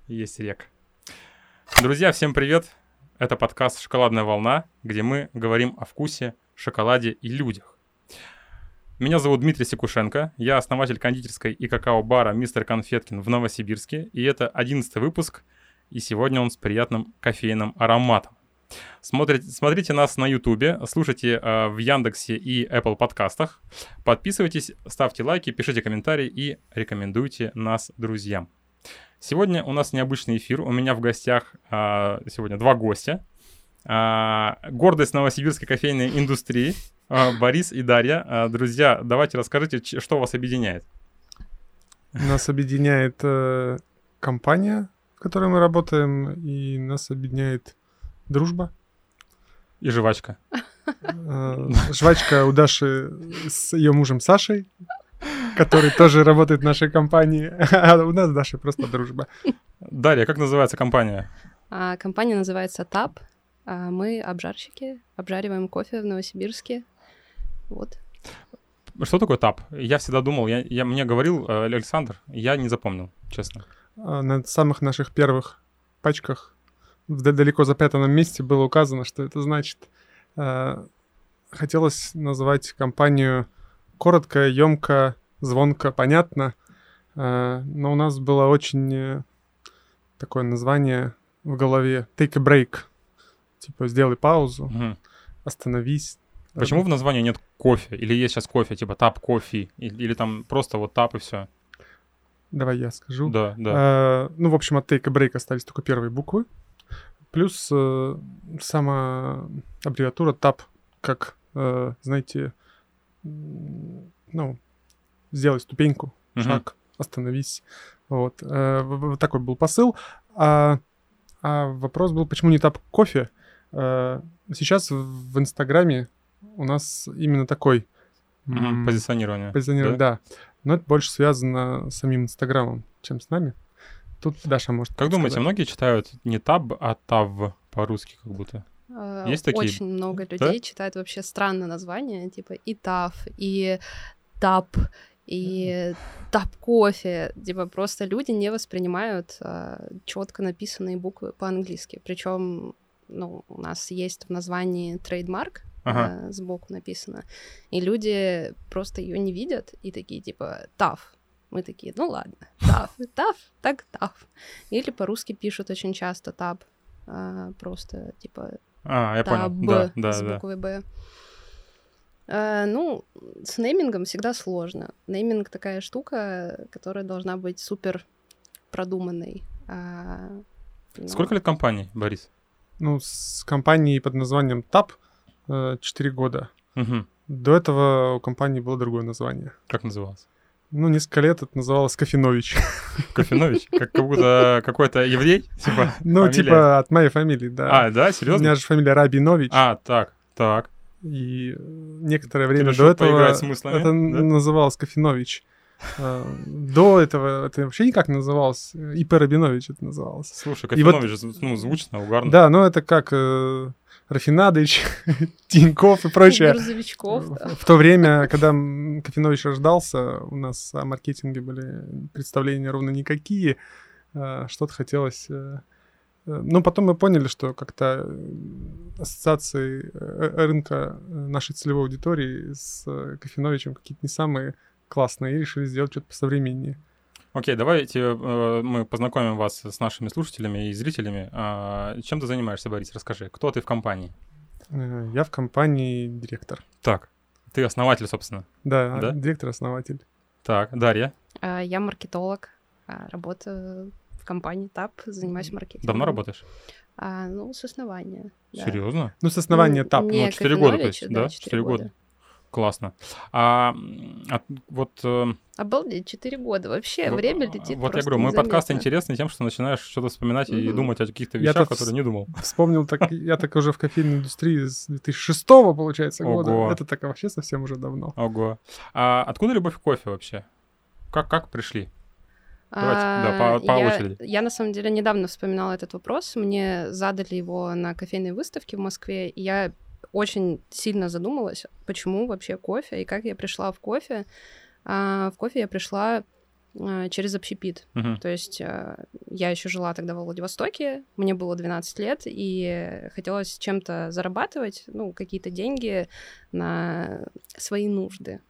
Есть рек. Друзья, всем привет! Это подкаст «Шоколадная волна», где мы говорим о вкусе, шоколаде и людях. Меня зовут Дмитрий Секушенко, я основатель кондитерской и какао-бара «Мистер Конфеткин» в Новосибирске, и это 11-й выпуск, и сегодня он с приятным кофейным ароматом. Смотрите нас на Ютубе, слушайте в Яндексе и Apple подкастах, подписывайтесь, ставьте лайки, пишите комментарии и рекомендуйте нас друзьям. Сегодня у нас необычный эфир, у меня в гостях сегодня два гостя. Гордость новосибирской кофейной индустрии, Борис и Дарья. Друзья, давайте расскажите, что вас объединяет. Нас объединяет компания, в которой мы работаем, и нас объединяет дружба. И жвачка. Жвачка у Даши с ее мужем Сашей, который тоже работает в нашей компании. А у нас с Дашей просто дружба. Дарья, как называется компания? Компания называется ТАП. Мы обжарщики, обжариваем кофе в Новосибирске. Вот. Что такое ТАП? Я всегда думал, мне говорил Александр, я не запомнил, честно. На самых наших первых пачках в далеко запрятанном месте было указано, что это значит. Хотелось назвать компанию коротко, ёмко, звонко, понятно, но у нас было очень такое название в голове «take a break», типа «сделай паузу», «остановись». Почему в названии нет кофе? Или есть сейчас кофе, типа «тап кофе», или там просто вот «тап» и все? Давай я скажу. Да. В общем, от «take a break» остались только первые буквы, плюс сама аббревиатура «тап», как, знаете, сделай ступеньку, шаг, остановись. Вот. Вот такой был посыл. А вопрос был, почему не ТАП кофе? Сейчас в Инстаграме у нас именно такой... Позиционирование. Да. Но это больше связано с самим Инстаграмом, чем с нами. Тут Даша может Как думаете, сказать. многие читают не ТАБ, а ТАВ по-русски как будто? Есть такие? Очень много людей читают вообще странное название, типа и ТАФ, и ТАП, и ТАП кофе. Типа просто люди не воспринимают четко написанные буквы по-английски. Причем у нас есть в названии трейдмарк, сбоку написано, и люди просто ее не видят и такие типа ТАФ. Мы такие, ну ладно, ТАФ, так ТАФ. Или по-русски пишут очень часто ТАБ, просто типа я ТАБ понял. Да, с буквой Б. С неймингом всегда сложно. Нейминг такая штука, которая должна быть супер продуманной. Сколько лет компании, Борис? С компанией под названием ТАП 4 года. До этого у компании было другое название. Как называлось? Несколько лет это называлось Кофенович. Кофенович? Как будто какой-то еврей? Типа от моей фамилии, да. Да? Серьезно? У меня же фамилия Рабинович. Так. И некоторое время до этого это называлось Кофенович. До этого это вообще никак не называлось. ИП Рабинович это называлось. Слушай, Кофенович, звучно, угарно. Да, но это как Рафинадыч, Тиньков и прочее. Грузовичков, да. В то время, когда Кофенович рождался, у нас о маркетинге были представления ровно никакие. Что-то хотелось... Но потом мы поняли, что как-то ассоциации рынка нашей целевой аудитории с Кофеновичем какие-то не самые классные, и решили сделать что-то посовременнее. Окей, давайте мы познакомим вас с нашими слушателями и зрителями. Чем ты занимаешься, Борис? Расскажи, кто ты в компании? Я в компании директор. Так, ты основатель, собственно. Да? Директор-основатель. Так, Дарья? Я маркетолог, работаю в компании ТАП, занимаюсь маркетингом. Давно работаешь? С основания. Серьезно? С основания ТАП. 4 года, то есть, да? 4 года. Классно. Обалдеть, 4 года. Вообще время летит Вот просто я говорю, мой незаметно. подкаст интересный тем, что начинаешь что-то вспоминать и думать о каких-то вещах, которые не думал. Вспомнил, я так уже в кофейной индустрии с 2006 получается, года. Ого. Это так вообще совсем уже давно. Ого. А откуда любовь к кофе вообще? Как пришли? Давайте, по очереди. Я, на самом деле, недавно вспоминала этот вопрос. Мне задали его на кофейной выставке в Москве, и я очень сильно задумалась, почему вообще кофе, и как я пришла в кофе. В кофе я пришла через общепит. То есть я еще жила тогда во Владивостоке, мне было 12 лет, и хотелось чем-то зарабатывать, ну, какие-то деньги на свои нужды.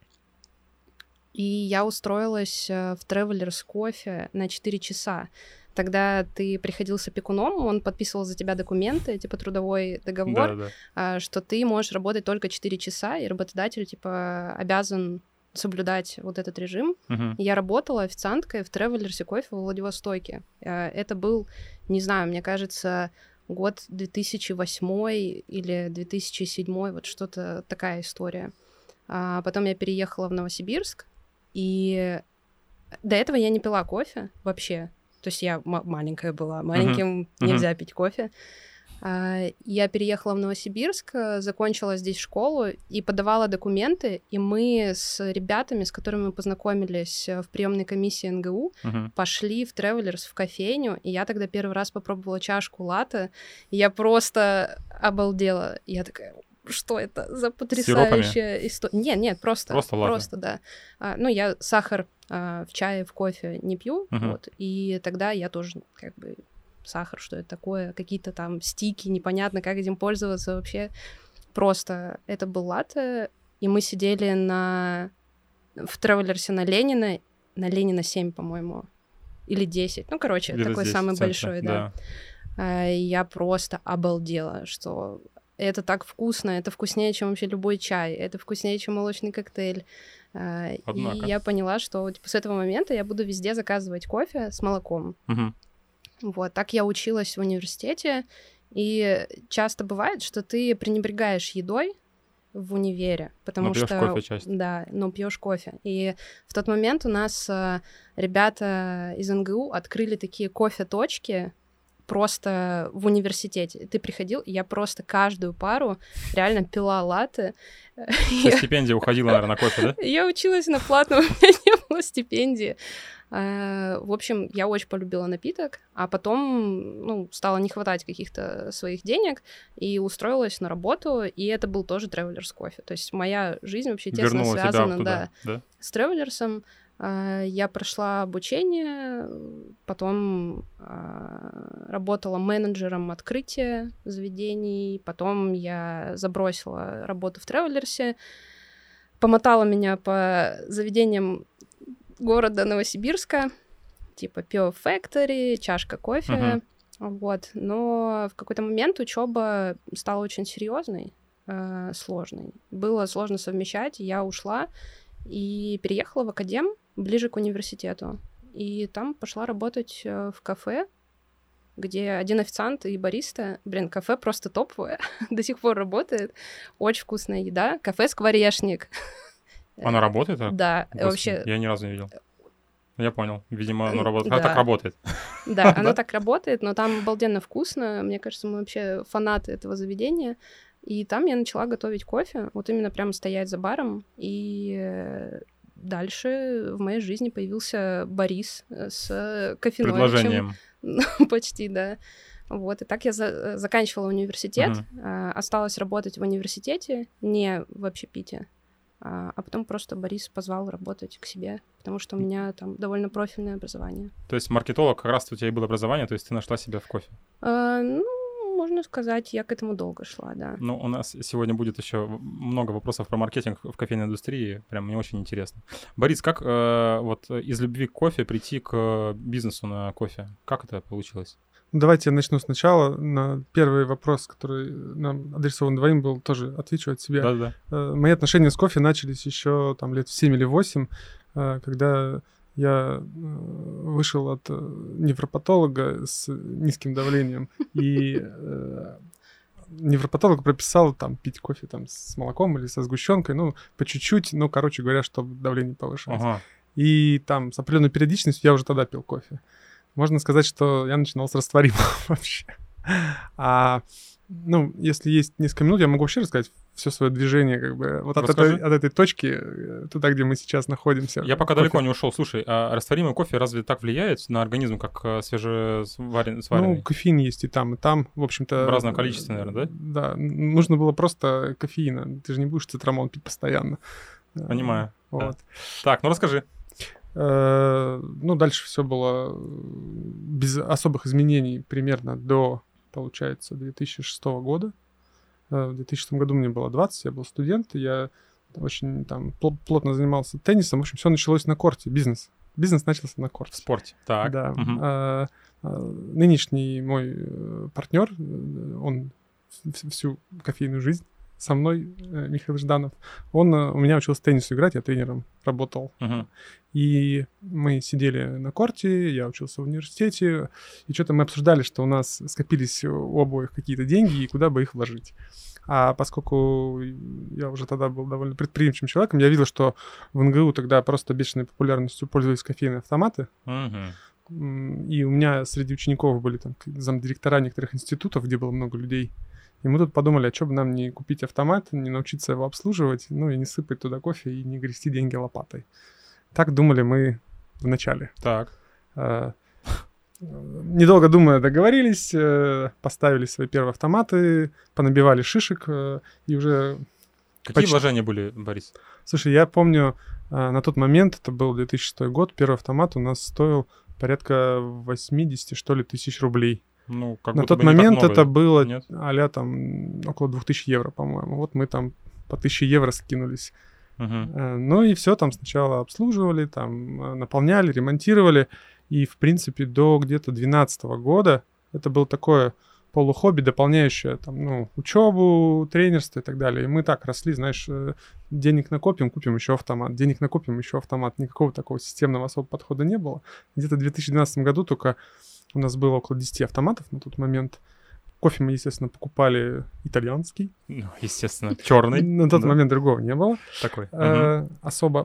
И я устроилась в Travelers Coffee на 4 часа. Тогда ты приходил с опекуном, он подписывал за тебя документы, типа трудовой договор, что ты можешь работать только 4 часа, и работодатель, типа, обязан соблюдать вот этот режим. Я работала официанткой в Travelers Coffee во Владивостоке. Это был, не знаю, мне кажется, год 2008 или 2007, вот что-то такая история. Потом я переехала в Новосибирск, и до этого я не пила кофе вообще. То есть я маленькая была, маленьким нельзя пить кофе. Я переехала в Новосибирск, закончила здесь школу и подавала документы, и мы с ребятами, с которыми мы познакомились в приемной комиссии НГУ, пошли в Travelers в кофейню, и я тогда первый раз попробовала чашку латте, и я просто обалдела. Я такая... Что это за потрясающая история? Нет, просто латте. Просто, да. Ну, я сахар в чае, в кофе не пью, вот, и тогда я тоже как бы сахар, что это такое, какие-то там стики, непонятно, как этим пользоваться вообще. Просто это был латте, и мы сидели в Travelers на Ленина 7, по-моему, или 10, ну, короче, где-то такой 10, самый большой, да. Я просто обалдела, что... Это так вкусно, это вкуснее, чем вообще любой чай, это вкуснее, чем молочный коктейль. Однако. И я поняла, что типа, с этого момента я буду везде заказывать кофе с молоком. Вот, так я училась в университете, и часто бывает, что ты пренебрегаешь едой в универе, потому что... кофе часто. Да, но пьешь кофе. И в тот момент у нас ребята из НГУ открыли такие кофе-точки, просто в университете. Ты приходил, и я просто каждую пару реально пила латте. Стипендия уходила, наверное, на кофе, да? Я училась на платном, у меня не было стипендии. В общем, я очень полюбила напиток, а потом, ну, стало не хватать каких-то своих денег, и устроилась на работу, и это был тоже Travelers Coffee. То есть моя жизнь вообще тесно связана с Travelers. Я прошла обучение, потом работала менеджером открытия заведений, потом я забросила работу в Travelers, помотала меня по заведениям города Новосибирска, типа Pure Factory, чашка кофе, вот. Но в какой-то момент учеба стала очень серьезной, сложной. Было сложно совмещать, я ушла и переехала в академ, ближе к университету. И там пошла работать в кафе, где один официант и бариста. Блин, кафе просто топовое, до сих пор работает. Очень вкусная еда. Кафе «Скворечник». Оно работает? Да. Господи, вообще... Я ни разу не видел. Я понял. Видимо, оно работает. Да. Оно так работает. Да, оно так работает, но там обалденно вкусно. Мне кажется, мы вообще фанаты этого заведения. И там я начала готовить кофе. Вот именно прямо стоять за баром. И... Дальше в моей жизни появился Борис с кофеновичем. Предложением. Почти, да. Вот, и так я заканчивала университет, осталась работать в университете, не в общепите, а потом просто Борис позвал работать к себе, потому что у меня там довольно профильное образование. То есть маркетолог, как раз у тебя и было образование, то есть ты нашла себя в кофе? Ну, можно сказать, я к этому долго шла, да. Ну, у нас сегодня будет еще много вопросов про маркетинг в кофейной индустрии. Прям мне очень интересно. Борис, как вот из любви к кофе прийти к бизнесу на кофе? Как это получилось? Давайте я начну сначала. На первый вопрос, который нам адресован двоим был, тоже отвечу от себя. Да-да. Мои отношения с кофе начались еще там лет в 7 или 8, когда я вышел от невропатолога с низким давлением, и невропатолог прописал там пить кофе там с молоком или со сгущенкой, ну, по чуть-чуть, ну, короче говоря, чтобы давление повышалось. Ага. И там с определенной периодичностью я уже тогда пил кофе. Можно сказать, что я начинал с растворимого вообще. Ну, если есть несколько минут, я могу вообще рассказать все свое движение, как бы, вот от этой точки туда, где мы сейчас находимся. Я пока далеко не ушел. Слушай, а растворимый кофе разве так влияет на организм, как свежесваренный? Ну, кофеин есть и там, в общем-то... В разном количестве, наверное, да? Да, нужно было просто кофеина. Ты же не будешь цитрамон пить постоянно. Понимаю. Вот. Да. Так, ну расскажи. Ну, дальше все было без особых изменений примерно до, получается, 2006 года. В 2006 году мне было 20, я был студент, и я очень там плотно занимался теннисом. В общем, все началось на корте, бизнес. Бизнес начался на корте. В спорте, так. Да. Нынешний мой партнер, он всю кофейную жизнь со мной, Михаил Жданов, он у меня учился теннису играть, я тренером работал. И мы сидели на корте, я учился в университете, и что-то мы обсуждали, что у нас скопились у обоих какие-то деньги, и куда бы их вложить. А поскольку я уже тогда был довольно предприимчивым человеком, я видел, что в НГУ тогда просто бешеной популярностью пользовались кофейные автоматы. И у меня среди учеников были там замдиректора некоторых институтов, где было много людей. И мы тут подумали, а что бы нам не купить автомат, не научиться его обслуживать, ну и не сыпать туда кофе и не грести деньги лопатой. Так думали мы вначале. Так. Недолго думая, договорились, поставили свои первые автоматы, понабивали шишек и уже... Какие вложения были, Борис? Слушай, я помню, на тот момент, это был 2006 год, первый автомат у нас стоил порядка 80, что ли, тысяч рублей. Ну, как на тот момент много, это было нет? а-ля там около 2000 евро, по-моему. Вот мы там по 1000 евро скинулись. Ну и все там сначала обслуживали, там наполняли, ремонтировали. И, в принципе, до где-то 2012 года это было такое полухобби, дополняющее там, ну, учебу, тренерство и так далее. И мы так росли, знаешь, денег накопим, купим еще автомат, денег накопим, еще автомат. Никакого такого системного особого подхода не было. Где-то в 2012 году только у нас было около 10 автоматов на тот момент. Кофе мы, естественно, покупали итальянский. Ну, естественно, черный. На тот момент другого не было. Такой. Особо.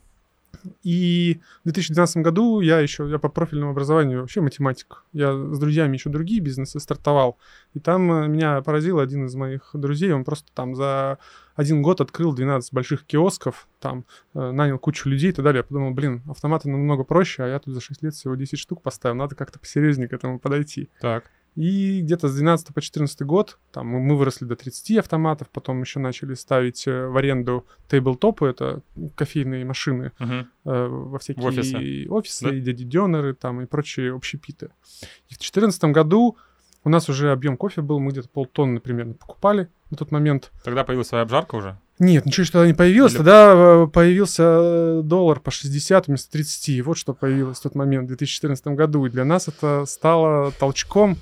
И в 2012 году я по профильному образованию вообще математик. Я с друзьями еще другие бизнесы стартовал. И там меня поразил один из моих друзей. Он просто там за 1 год открыл 12 больших киосков, там нанял кучу людей и так далее. Я подумал, автоматы намного проще, а я тут за 6 лет всего 10 штук поставил. Надо как-то посерьезнее к этому подойти. Так. И где-то с 12 по 14 год там мы выросли до 30 автоматов, потом еще начали ставить в аренду тейблтопы, это кофейные машины во всякие офисы, да? И дяди-дёнеры там и прочие общепиты. И в 2014 году у нас уже объем кофе был, мы где-то полтонны примерно покупали на тот момент. Тогда появилась своя обжарка уже? Нет, ничего тогда не появилось. Тогда появился доллар по 60 вместо 30. Вот что появилось в тот момент, в 2014 году. И для нас это стало толчком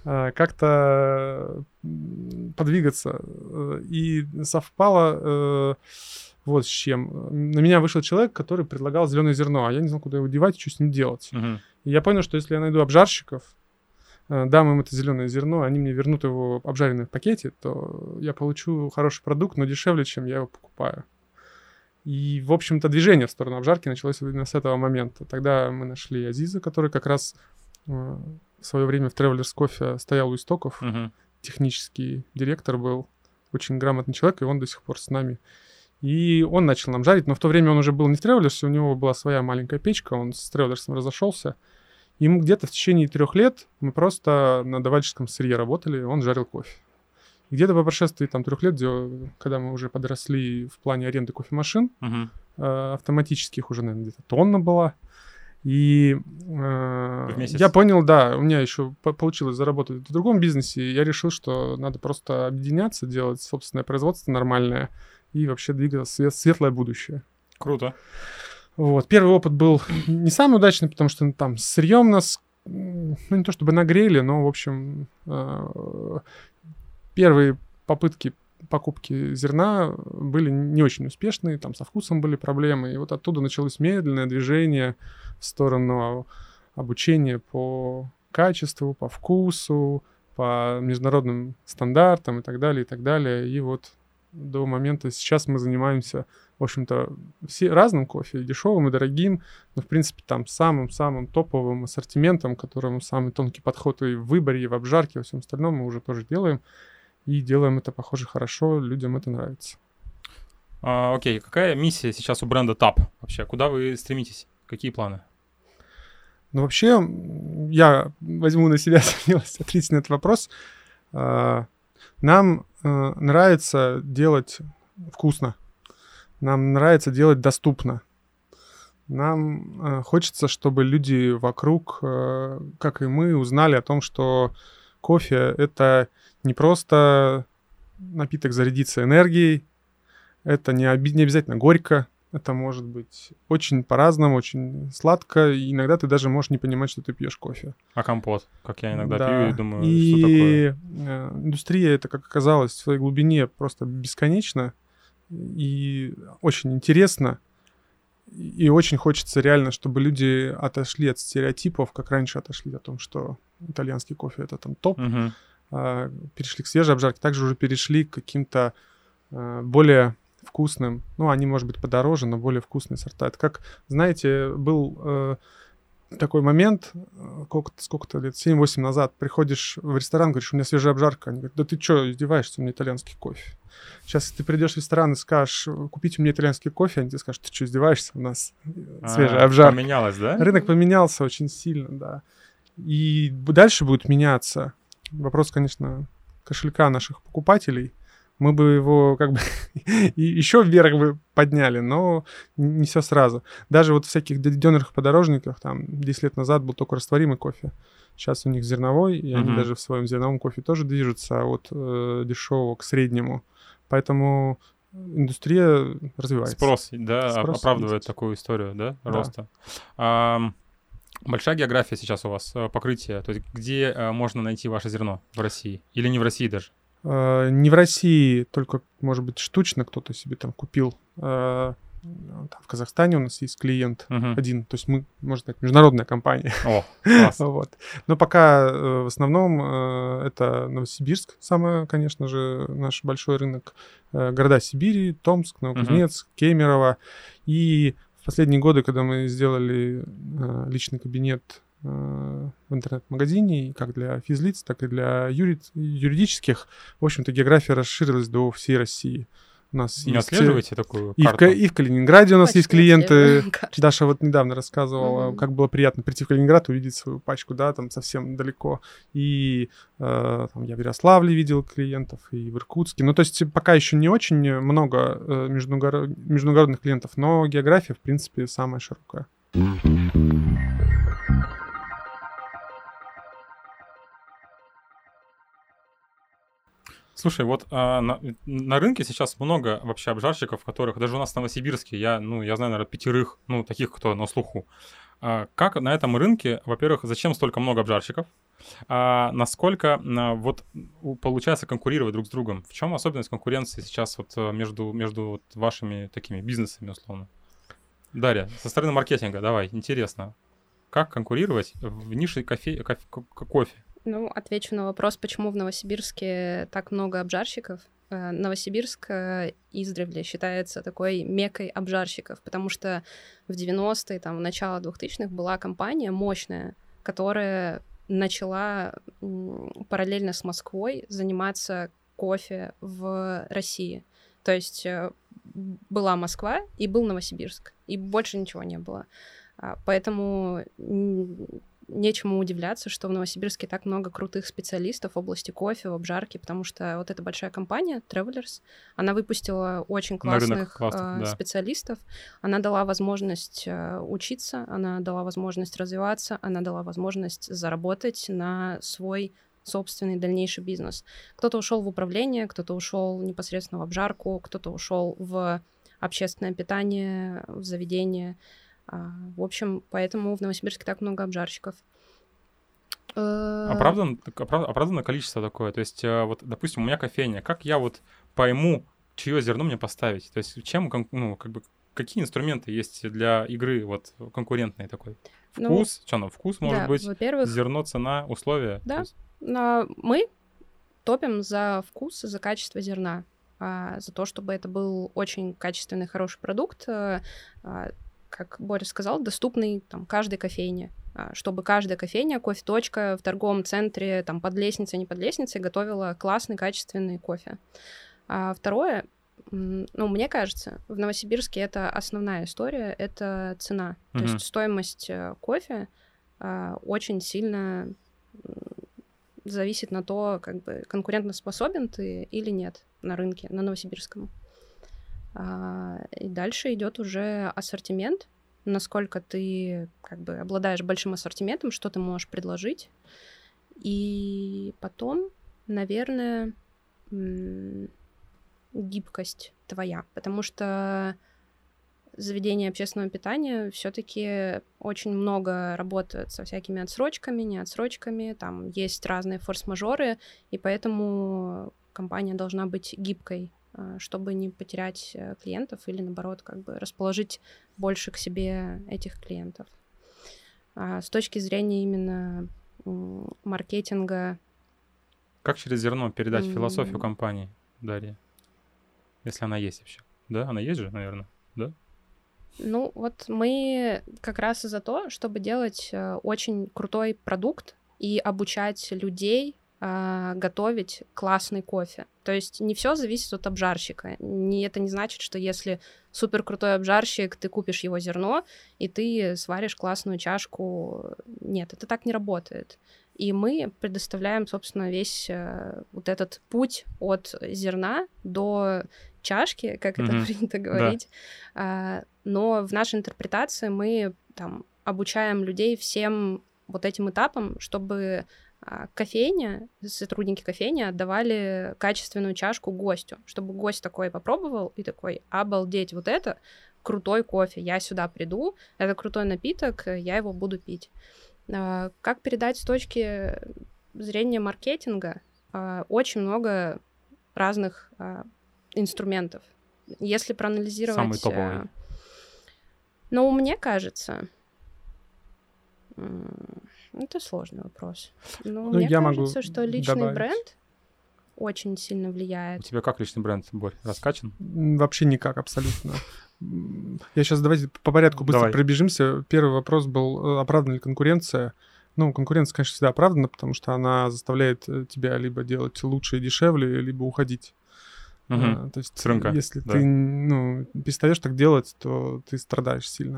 как-то подвигаться. И совпало вот с чем. На меня вышел человек, который предлагал зеленое зерно, а я не знал, куда его девать и что с ним делать. И я понял, что если я найду обжарщиков, дам им это зеленое зерно, они мне вернут его обжаренное в пакете, то я получу хороший продукт, но дешевле, чем я его покупаю. И, в общем-то, движение в сторону обжарки началось именно с этого момента. Тогда мы нашли Азиза, который как раз в свое время в Travelers Coffee стоял у истоков. Технический директор был, очень грамотный человек, и он до сих пор с нами. И он начал нам жарить, но в то время он уже был не в Travelers, у него была своя маленькая печка, он с Travelers разошелся. И мы где-то в течение 3 лет мы просто на давальческом сырье работали, и он жарил кофе. И где-то по прошествии там 3 лет, когда мы уже подросли в плане аренды кофемашин, автоматических уже, наверное, где-то тонна была. И я понял, да, у меня еще получилось заработать в другом бизнесе, и я решил, что надо просто объединяться, делать собственное производство нормальное и вообще двигаться в светлое будущее. Круто. Вот. Первый опыт был не самый удачный, потому что там с сырьем нас, ну, не то чтобы нагрели, но, в общем, первые попытки покупки зерна были не очень успешные, там со вкусом были проблемы, и вот оттуда началось медленное движение в сторону обучения по качеству, по вкусу, по международным стандартам и так далее, и так далее. И вот до момента сейчас мы занимаемся, в общем-то, разным кофе, и дешевым, и дорогим, но, в принципе, там самым-самым топовым ассортиментом, которому самый тонкий подход и в выборе, и в обжарке, и во всем остальном мы уже тоже делаем. И делаем это, похоже, хорошо, людям это нравится. Окей, какая миссия сейчас у бренда TAP вообще? Куда вы стремитесь? Какие планы? Ну, вообще, я возьму на себя смелость ответить на этот вопрос. Нам нравится делать вкусно. Нам нравится делать доступно. Нам хочется, чтобы люди вокруг, как и мы, узнали о том, что кофе — это не просто напиток зарядиться энергией, это не обязательно горько, это может быть очень по-разному, очень сладко, и иногда ты даже можешь не понимать, что ты пьешь кофе. А компот? Как я иногда Да. пью и думаю, и что такое? Индустрия, это, как оказалось, в своей глубине просто бесконечна и очень интересно. И очень хочется реально, чтобы люди отошли от стереотипов, как раньше отошли о том, что итальянский кофе — это там топ, Мгм. перешли к свежей обжарке, также уже перешли к каким-то более вкусным, ну, они, может быть, подороже, но более вкусные сорта. Это как, знаете, был такой момент, сколько-то лет, 7-8 назад, приходишь в ресторан, говоришь, у меня свежая обжарка. Они говорят, да ты что, издеваешься, у меня итальянский кофе. Сейчас, если ты придешь в ресторан и скажешь, купите у меня итальянский кофе, они тебе скажут, ты что, издеваешься, у нас свежая обжарка. Поменялось, да? Рынок поменялся очень сильно, да. И дальше будет меняться. Вопрос, конечно, кошелька наших покупателей. Мы бы его как бы еще вверх бы подняли, но не все сразу. Даже вот в всяких дёнерах подорожниках, там, 10 лет назад был только растворимый кофе. Сейчас у них зерновой, и они даже в своем зерновом кофе тоже движутся от дешевого к среднему. Поэтому индустрия развивается. Спрос, да, Спрос оправдывает есть. такую историю, да, Да. роста. Большая география сейчас у вас, покрытие. То есть где можно найти ваше зерно в России? Или не в России даже? Не в России, только, может быть, штучно кто-то себе там купил. Там в Казахстане у нас есть клиент один. То есть мы, можно сказать, международная компания. О, класс. Вот. Но пока в основном это Новосибирск, самый, конечно же, наш большой рынок. Города Сибири, Томск, Новокузнецк, Кемерово. И в последние годы, когда мы сделали личный кабинет в интернет-магазине, как для физлиц, так и для юридических, в общем-то, география расширилась до всей России. У нас Не есть отслеживаете такую и карту? в Калининграде у нас Почти есть клиенты. отслеживаем карту. Даша вот недавно рассказывала, Мгм. как было приятно прийти в Калининград, увидеть свою пачку, да, там совсем далеко. И там, я в Ярославле видел клиентов, и в Иркутске. Ну, то есть пока еще не очень много международных клиентов, но география, в принципе, самая широкая. Слушай, вот на рынке сейчас много вообще обжарщиков, которых даже у нас в Новосибирске, я знаю, наверное, 5, таких, кто на слуху. Как на этом рынке, во-первых, зачем столько много обжарщиков? Насколько получается конкурировать друг с другом? В чем особенность конкуренции сейчас вот между вот вашими такими бизнесами, условно? Дарья, со стороны маркетинга, давай, интересно. Как конкурировать в нише кофе? Ну, отвечу на вопрос, почему в Новосибирске так много обжарщиков. Новосибирск издревле считается такой меккой обжарщиков, потому что в 90-е, там, в начало 2000-х была компания мощная, которая начала параллельно с Москвой заниматься кофе в России. То есть была Москва и был Новосибирск, и больше ничего не было. Поэтому нечему удивляться, что в Новосибирске так много крутых специалистов в области кофе, в обжарке, потому что вот эта большая компания Travelers, она выпустила очень классных специалистов, она дала возможность учиться, она дала возможность развиваться, она дала возможность заработать на свой собственный дальнейший бизнес. Кто-то ушел в управление, кто-то ушел непосредственно в обжарку, кто-то ушел в общественное питание, в заведение. В общем, поэтому в Новосибирске так много обжарщиков. Оправданное количество такое. То есть, вот, допустим, у меня кофейня. Как я вот пойму, чье зерно мне поставить? То есть, какие инструменты есть для игры вот конкурентной такой? Вкус? Вкус может быть? Во-первых, зерно, цена, условия? Да. Мы топим за вкус и за качество зерна. За то, чтобы это был очень качественный, хороший продукт, как Боря сказал, доступный там каждой кофейне, чтобы каждая кофейня, кофе-точка в торговом центре, там под лестницей, не под лестницей, готовила классный, качественный кофе. Второе, мне кажется, в Новосибирске это основная история, это цена. То есть стоимость кофе очень сильно зависит на то, как бы конкурентоспособен ты или нет на рынке, на новосибирском. И дальше идет уже ассортимент. насколько ты как бы обладаешь большим ассортиментом, что ты можешь предложить. И потом, наверное, гибкость твоя, потому что заведения общественного питания все-таки очень много работают со всякими отсрочками, неотсрочками, там есть разные форс-мажоры, и поэтому компания должна быть гибкой, чтобы не потерять клиентов или, наоборот, как бы расположить больше к себе этих клиентов. С точки зрения именно маркетинга... Как через зерно передать философию компании, Дарья? Если она есть вообще. Да? Она есть же, наверное? Да? Ну, вот мы как раз и за то, чтобы делать очень крутой продукт и обучать людей готовить классный кофе. То есть не все зависит от обжарщика. Это не значит, что если супер крутой обжарщик, ты купишь его зерно, и ты сваришь классную чашку. Нет, это так не работает. И мы предоставляем, собственно, весь вот этот путь от зерна до чашки, как это принято говорить. Да. Но в нашей интерпретации мы там обучаем людей всем вот этим этапам, чтобы кофейня, сотрудники кофейни отдавали качественную чашку гостю, чтобы гость такой попробовал и такой: обалдеть, вот это крутой кофе, я сюда приду, это крутой напиток, я его буду пить. Как передать с точки зрения маркетинга? Очень много разных инструментов. Если проанализировать... Самый топовый. Ну, мне кажется... Это сложный вопрос. Но мне кажется, что личный бренд очень сильно влияет. У тебя как личный бренд, Борь, раскачан? Вообще никак, абсолютно. Я сейчас давайте по порядку быстро пробежимся. Первый вопрос был, оправдана ли конкуренция? Ну, конкуренция, конечно, всегда оправдана, потому что она заставляет тебя либо делать лучше и дешевле, либо уходить. То есть, с рынка, если ты перестаешь так делать, то ты страдаешь сильно.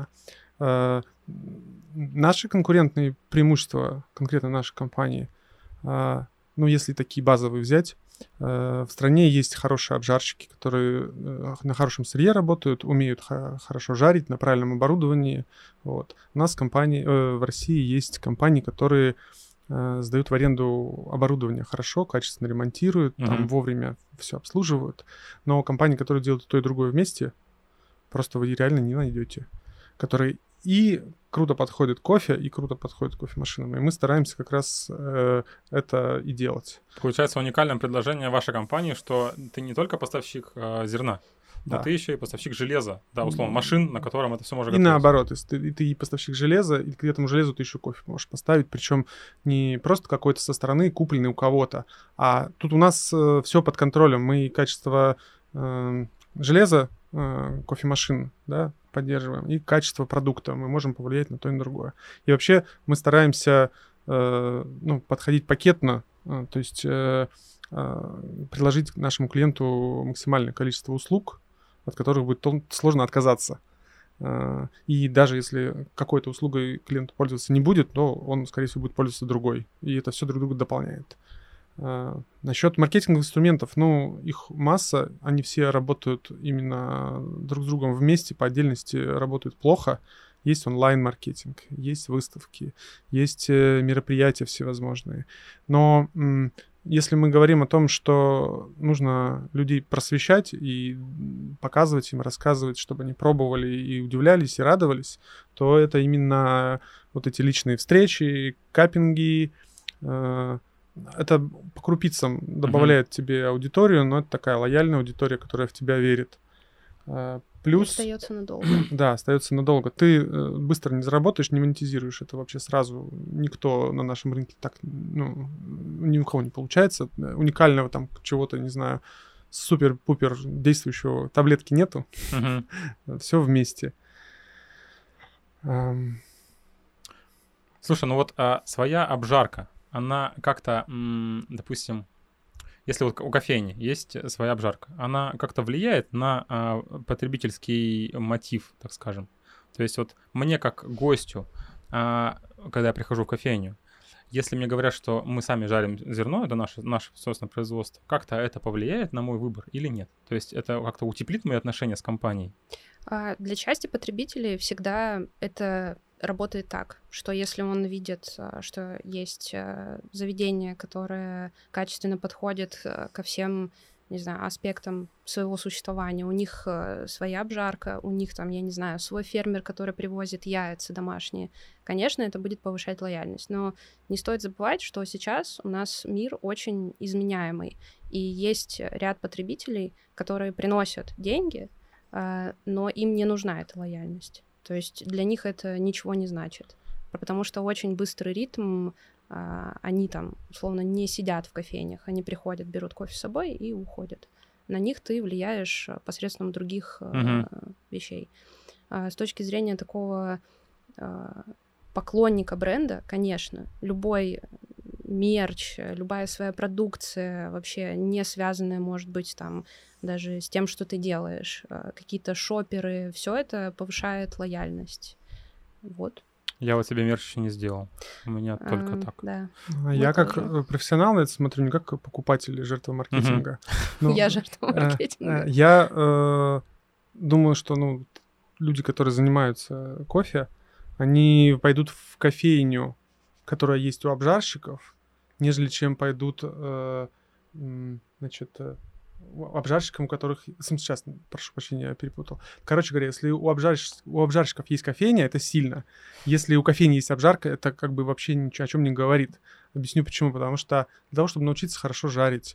Наши конкурентные преимущества, конкретно нашей компании, если такие базовые взять, в стране есть хорошие обжарщики, которые на хорошем сырье работают, умеют хорошо жарить на правильном оборудовании. Вот. У нас в России есть компании, которые сдают в аренду оборудование хорошо, качественно ремонтируют, там вовремя все обслуживают. Но компании, которые делают и то, и другое вместе, просто вы реально не найдете. Которые и круто подходит кофе, и круто подходит кофемашинам. И мы стараемся как раз это и делать. Получается, уникальное предложение вашей компании, что ты не только поставщик зерна, но ты еще и поставщик железа, да, условно, машин, на котором это все может готовить. И наоборот, ты и поставщик железа, и к этому железу ты еще кофе можешь поставить, причем не просто какой-то со стороны купленный у кого-то, а тут у нас все под контролем. Мы и качество железа, кофемашин, да, поддерживаем, и качество продукта. Мы можем повлиять на то и на другое. И вообще мы стараемся подходить пакетно, то есть предложить нашему клиенту максимальное количество услуг, от которых будет сложно отказаться. И даже если какой-то услугой клиент пользоваться не будет, то он, скорее всего, будет пользоваться другой. И это все друг друга дополняет. Насчет маркетинговых инструментов, их масса, они все работают именно друг с другом вместе, по отдельности работают плохо. Есть онлайн-маркетинг, есть выставки, есть мероприятия всевозможные. Но если мы говорим о том, что нужно людей просвещать и показывать им, рассказывать, чтобы они пробовали и удивлялись, и радовались, то это именно вот эти личные встречи, каппинги. Это по крупицам добавляет тебе аудиторию, но это такая лояльная аудитория, которая в тебя верит. Плюс... Остается надолго. Да, остается надолго. Ты быстро не заработаешь, не монетизируешь это вообще сразу. Никто на нашем рынке так, ни у кого не получается. Уникального там чего-то, не знаю, супер-пупер действующего таблетки нету. Все вместе. Слушай, своя обжарка, она как-то, допустим, если вот у кофейни есть своя обжарка, она как-то влияет на потребительский мотив, так скажем. То есть вот мне как гостю, когда я прихожу в кофейню, если мне говорят, что мы сами жарим зерно, это наше собственное производство, как-то это повлияет на мой выбор или нет? То есть это как-то утеплит мои отношения с компанией? Для части потребителей всегда это работает так, что если он видит, что есть заведение, которое качественно подходит ко всем, не знаю, аспектам своего существования, у них своя обжарка, у них там, я не знаю, свой фермер, который привозит яйца домашние, конечно, это будет повышать лояльность. Но не стоит забывать, что сейчас у нас мир очень изменяемый, и есть ряд потребителей, которые приносят деньги, но им не нужна эта лояльность. То есть для них это ничего не значит, потому что очень быстрый ритм, они там, условно, не сидят в кофейнях, они приходят, берут кофе с собой и уходят. На них ты влияешь посредством других вещей. С точки зрения такого поклонника бренда, конечно, любой мерч, любая своя продукция, вообще не связанная, может быть, там, даже с тем, что ты делаешь, какие-то шоперы, все это повышает лояльность. Вот. Я вот себе мерч еще не сделал. У меня только так. Да. Я как профессионал на это смотрю не как покупатель или жертва маркетинга. Я жертва маркетинга. Я думаю, что люди, которые занимаются кофе, они пойдут в кофейню, которая есть у обжарщиков, нежели чем пойдут, обжарщикам, у которых... Сейчас, прошу прощения, я перепутал. Короче говоря, если у обжарщиков есть кофейня, это сильно. Если у кофейни есть обжарка, это как бы вообще ничего о чем не говорит. Объясню почему. Потому что для того, чтобы научиться хорошо жарить,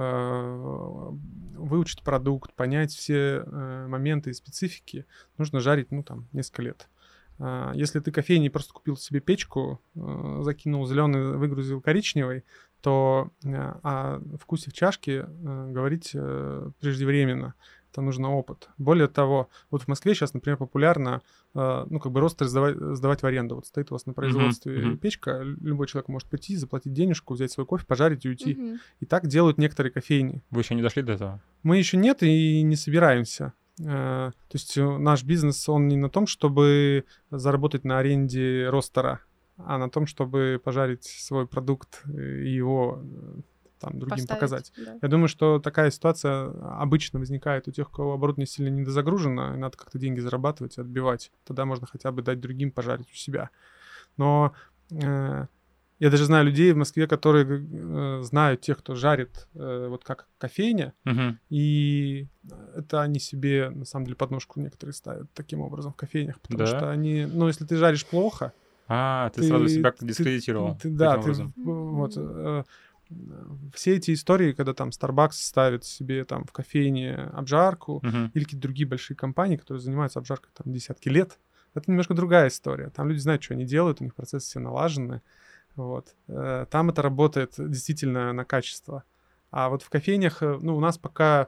выучить продукт, понять все моменты и специфики, нужно жарить, несколько лет. Если ты кофейней просто купил себе печку, закинул зеленый, выгрузил коричневый, то о вкусе в чашке говорить преждевременно. Это нужен опыт. Более того, вот в Москве сейчас, например, популярно ростеры сдавать в аренду. Вот стоит у вас на производстве печка, любой человек может прийти, заплатить денежку, взять свой кофе, пожарить и уйти. И так делают некоторые кофейни. Вы еще не дошли до этого? Мы еще нет и не собираемся. То есть наш бизнес, он не на том, чтобы заработать на аренде ростера, а на том, чтобы пожарить свой продукт и его там другим показать. Да. Я думаю, что такая ситуация обычно возникает у тех, у кого оборудование сильно недозагружено, и надо как-то деньги зарабатывать и отбивать. Тогда можно хотя бы дать другим пожарить у себя. Но я даже знаю людей в Москве, которые знают тех, кто жарит вот как кофейня, и это они себе, на самом деле, подножку некоторые ставят таким образом в кофейнях, потому что они, если ты жаришь плохо... ты сразу себя дискредитировал. Все эти истории, когда там Starbucks ставит себе там в кофейне обжарку, или какие-то другие большие компании, которые занимаются обжаркой там десятки лет, это немножко другая история. Там люди знают, что они делают, у них процессы все налажены. Вот. Там это работает действительно на качество. А вот в кофейнях, у нас пока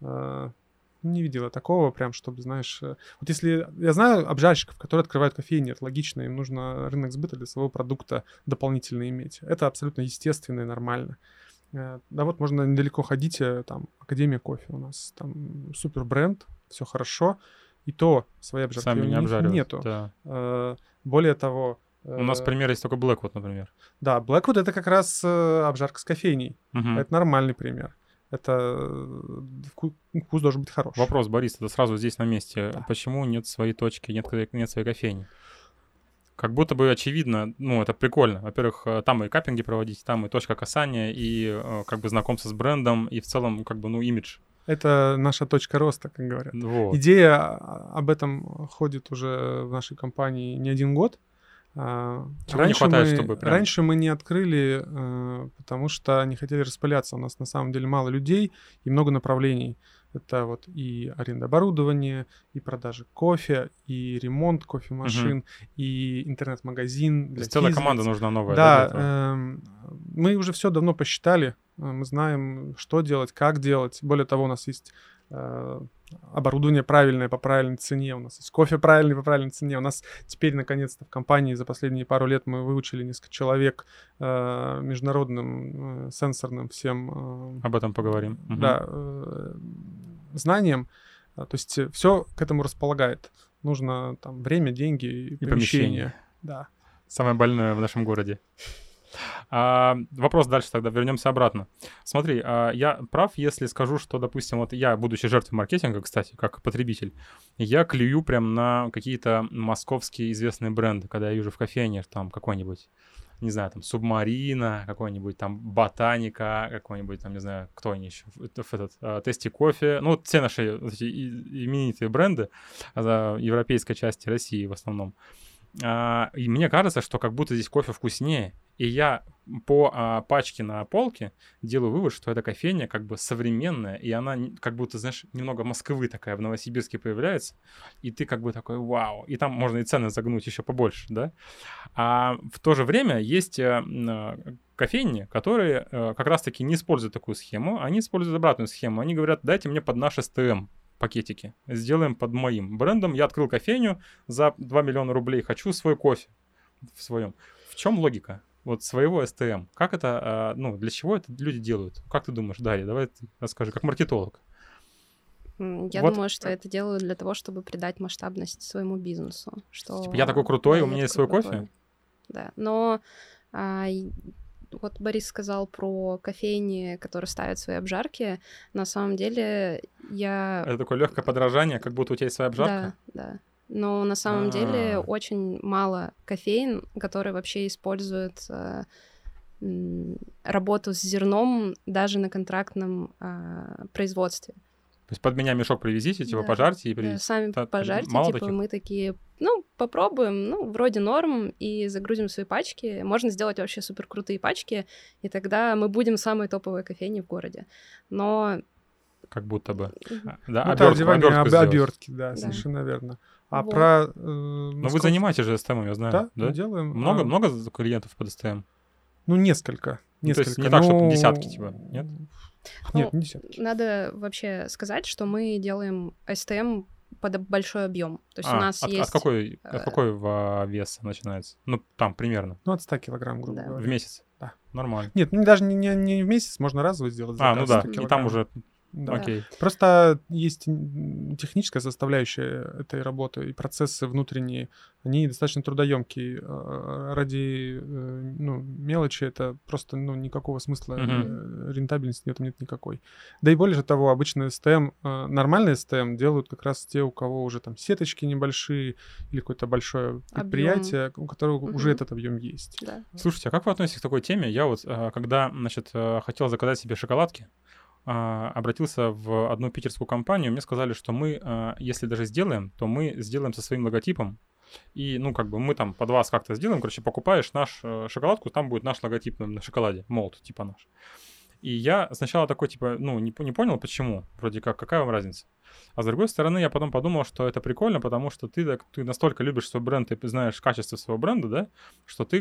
не видела такого прям, чтобы, знаешь... Вот если... Я знаю обжарщиков, которые открывают кофейни, это логично, им нужно рынок сбыта для своего продукта дополнительно иметь. Это абсолютно естественно и нормально. Да вот можно недалеко ходить, там, Академия кофе у нас, там супер бренд, все хорошо, и то своей обжарки сами не обжаривают, нету. Да. Более того... У нас пример есть только Blackwood, например. Да, Blackwood — это как раз обжарка с кофейней. Это нормальный пример. Это вкус должен быть хороший. Вопрос, Борис, это сразу здесь на месте. Да. Почему нет своей точки, нет своей кофейни? Как будто бы очевидно, это прикольно. Во-первых, там и каппинги проводить, там и точка касания, и как бы знакомство с брендом, и в целом как бы, имидж. Это наша точка роста, как говорят. Вот. Идея об этом ходит уже в нашей компании не один год. Чего не хватает, чтобы прям... Раньше мы не открыли, потому что не хотели распыляться. У нас на самом деле мало людей и много направлений. Это вот и аренда оборудования, и продажа кофе, и ремонт кофемашин, и интернет-магазин. То есть целая команда нужна новая. Да, мы уже все давно посчитали. Мы знаем, что делать, как делать. Более того, у нас есть... оборудование правильное по правильной цене, у нас есть кофе правильный по правильной цене. У нас теперь, наконец-то, в компании за последние пару лет мы выучили несколько человек международным сенсорным всем... Об этом поговорим. Да, знаниям. То есть все к этому располагает. Нужно там время, деньги и помещение. Да. Самое больное в нашем городе. Вопрос дальше тогда, вернемся обратно. Смотри, я прав, если скажу, что, допустим, вот я, будучи жертвой маркетинга, кстати, как потребитель, я клюю прям на какие-то московские известные бренды, когда я вижу в кофейне там какой-нибудь, не знаю, там, Субмарина, какой-нибудь там Ботаника, какой-нибудь там, не знаю, кто они еще, Тести Кофе, ну, вот все наши вот эти именитые бренды европейской части России в основном. И мне кажется, что как будто здесь кофе вкуснее. И я по пачке на полке делаю вывод, что эта кофейня как бы современная, и она как будто, знаешь, немного Москвы такая в Новосибирске появляется, и ты как бы такой вау. И там можно и цены загнуть еще побольше, да? А в то же время есть кофейни, которые как раз-таки не используют такую схему, они используют обратную схему. Они говорят, дайте мне под наш СТМ пакетики, сделаем под моим брендом. Я открыл кофейню за 2 миллиона рублей, хочу свой кофе в своем. В чем логика? Вот своего СТМ. Как это, ну, для чего это люди делают? Как ты думаешь, Дарья, давай ты расскажи, как маркетолог. Я думаю, что это делают для того, чтобы придать масштабность своему бизнесу. Что... Типа, я такой крутой, у меня есть свой кофе? Да, но вот Борис сказал про кофейни, которые ставят свои обжарки. На самом деле я... Это такое легкое подражание, как будто у тебя есть своя обжарка? Да. Но на самом деле очень мало кофеин, которые вообще используют работу с зерном даже на контрактном производстве. То есть под меня мешок привезите, типа пожарьте и привезите. Да, сами пожарьте, типа таких? Мы такие, ну, попробуем, ну, вроде норм, и загрузим свои пачки. Можно сделать вообще супер крутые пачки, и тогда мы будем самой топовой кофейней в городе. Но... Как будто бы. Да, обертки, да, совершенно верно. А вот. Про... Но вы занимаетесь же СТМ, я знаю. Да, делаем. Много клиентов под СТМ? Ну, несколько. То есть не так, что десятки, типа, нет? Нет, не десятки. Надо вообще сказать, что мы делаем СТМ под большой объем. То есть у нас есть... От какой вес начинается? Ну, там примерно. Ну, от 100 килограмм, грубо говоря. В месяц? Да. Нормально. Нет, даже не в месяц, можно разово сделать. Ну да, и там уже... Да. Окей. Просто есть техническая составляющая этой работы, и процессы внутренние, они достаточно трудоемкие. Ради мелочи это просто никакого смысла, рентабельности в этом нет никакой. Да и более того, обычно СТМ, нормальный СТМ делают как раз те, у кого уже там сеточки небольшие или какое-то большое предприятие, у которого уже этот объем есть. Да. Слушайте, а как вы относитесь к такой теме? Я вот, когда, хотел заказать себе шоколадки, обратился в одну питерскую компанию, мне сказали, что мы, если даже сделаем, то мы сделаем со своим логотипом, и, мы там под вас как-то сделаем, покупаешь наш шоколадку, там будет наш логотип на шоколаде, молот, типа наш. И я сначала такой, не понял, почему, вроде как, какая вам разница. А с другой стороны, я потом подумал, что это прикольно, потому что ты настолько любишь свой бренд, ты знаешь качество своего бренда, да, что ты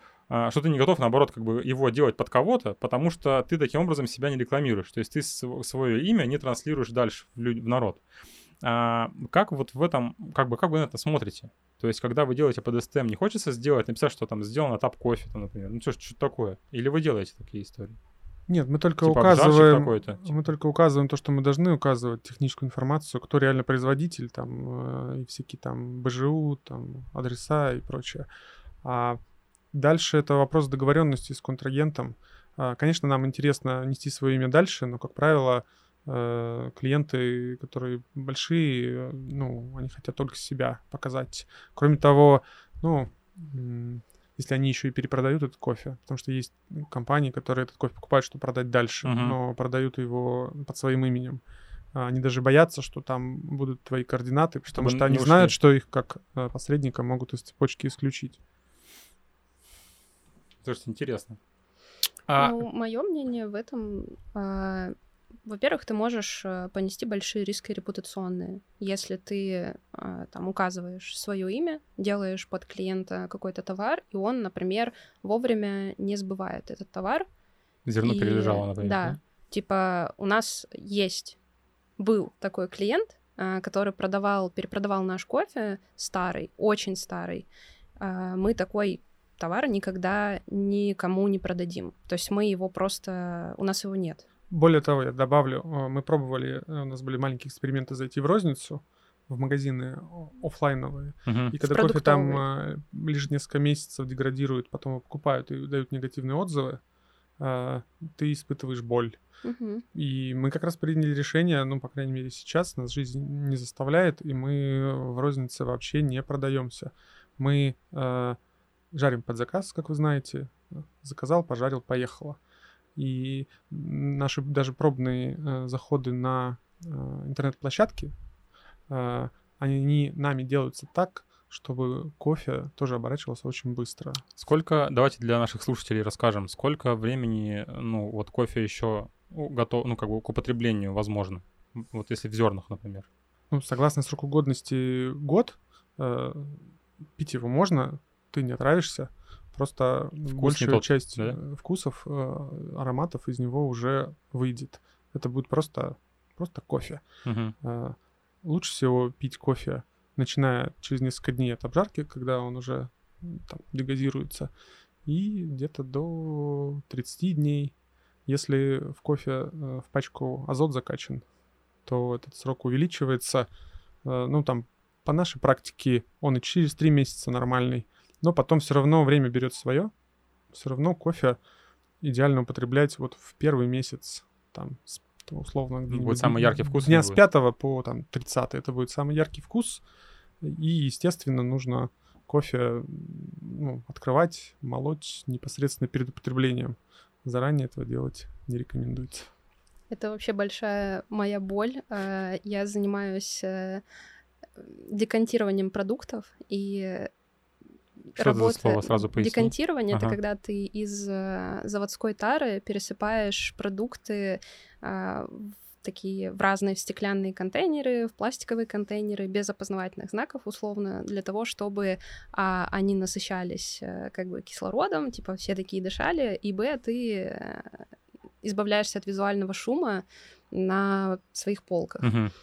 не готов, наоборот, его делать под кого-то, потому что ты таким образом себя не рекламируешь. То есть ты свое имя не транслируешь дальше в народ. Как вот в этом, как вы на это смотрите? То есть, когда вы делаете под СТМ, не хочется написать, что там сделано Tap Coffee, например? Ну, что такое? Или вы делаете такие истории? Нет, мы только указываем то, что мы должны указывать, техническую информацию, кто реально производитель, там, и всякие там БЖУ, там, адреса и прочее. А дальше это вопрос договоренности с контрагентом. Конечно, нам интересно нести свое имя дальше, но, как правило, клиенты, которые большие, они хотят только себя показать. Кроме того, если они еще и перепродают этот кофе, потому что есть компании, которые этот кофе покупают, чтобы продать дальше, но продают его под своим именем. Они даже боятся, что там будут твои координаты, потому что они знают, что их как посредника могут из цепочки исключить. Слушайте, интересно. Мое мнение в этом... Во-первых, ты можешь понести большие риски репутационные, если ты там указываешь свое имя, делаешь под клиента какой-то товар, и он, например, вовремя не сбывает этот товар. Зерно перележало, например. Да. Типа у нас был такой клиент, который перепродавал наш кофе старый, очень старый. Мы такой товар никогда никому не продадим. То есть мы его просто... У нас его нет. Более того, я добавлю, мы пробовали, у нас были маленькие эксперименты зайти в розницу, в магазины оффлайновые. Мгм. И когда кофе там лишь несколько месяцев деградирует, потом его покупают и дают негативные отзывы, ты испытываешь боль. Мгм. И мы как раз приняли решение, ну, по крайней мере, сейчас нас жизнь не заставляет, и мы в рознице вообще не продаемся. Мы жарим под заказ, как вы знаете. Заказал, пожарил, поехало. И наши даже пробные заходы на интернет-площадки, они нами делаются так, чтобы кофе тоже оборачивался очень быстро. Давайте для наших слушателей расскажем, сколько времени, ну, вот кофе еще готов, ну, как бы к употреблению возможно? Вот если в зернах, например. Ну, согласно сроку годности год, пить его можно, ты не отравишься, просто большая часть вкусов, ароматов из него уже выйдет. Это будет просто кофе. Угу. Лучше всего пить кофе, начиная через несколько дней от обжарки, когда он уже там дегазируется, и где-то до 30 дней. Если в кофе в пачку азот закачан, то этот срок увеличивается. Ну, там, по нашей практике, он и через 3 месяца нормальный. Но потом все равно время берет свое. Все равно кофе идеально употреблять вот в первый месяц, там, условно, будет самый яркий вкус. Дня с 5 по там, 30 это будет самый яркий вкус. И, естественно, нужно кофе открывать, молоть непосредственно перед употреблением. Заранее этого делать не рекомендуется. Это вообще большая моя боль. Я занимаюсь декантированием продуктов, и что это за слово? Сразу поясни. Декантирование — это когда ты из заводской тары пересыпаешь продукты в разные стеклянные контейнеры, в пластиковые контейнеры без опознавательных знаков, условно, для того, чтобы они насыщались как бы кислородом, типа все такие дышали, и ты избавляешься от визуального шума на своих полках.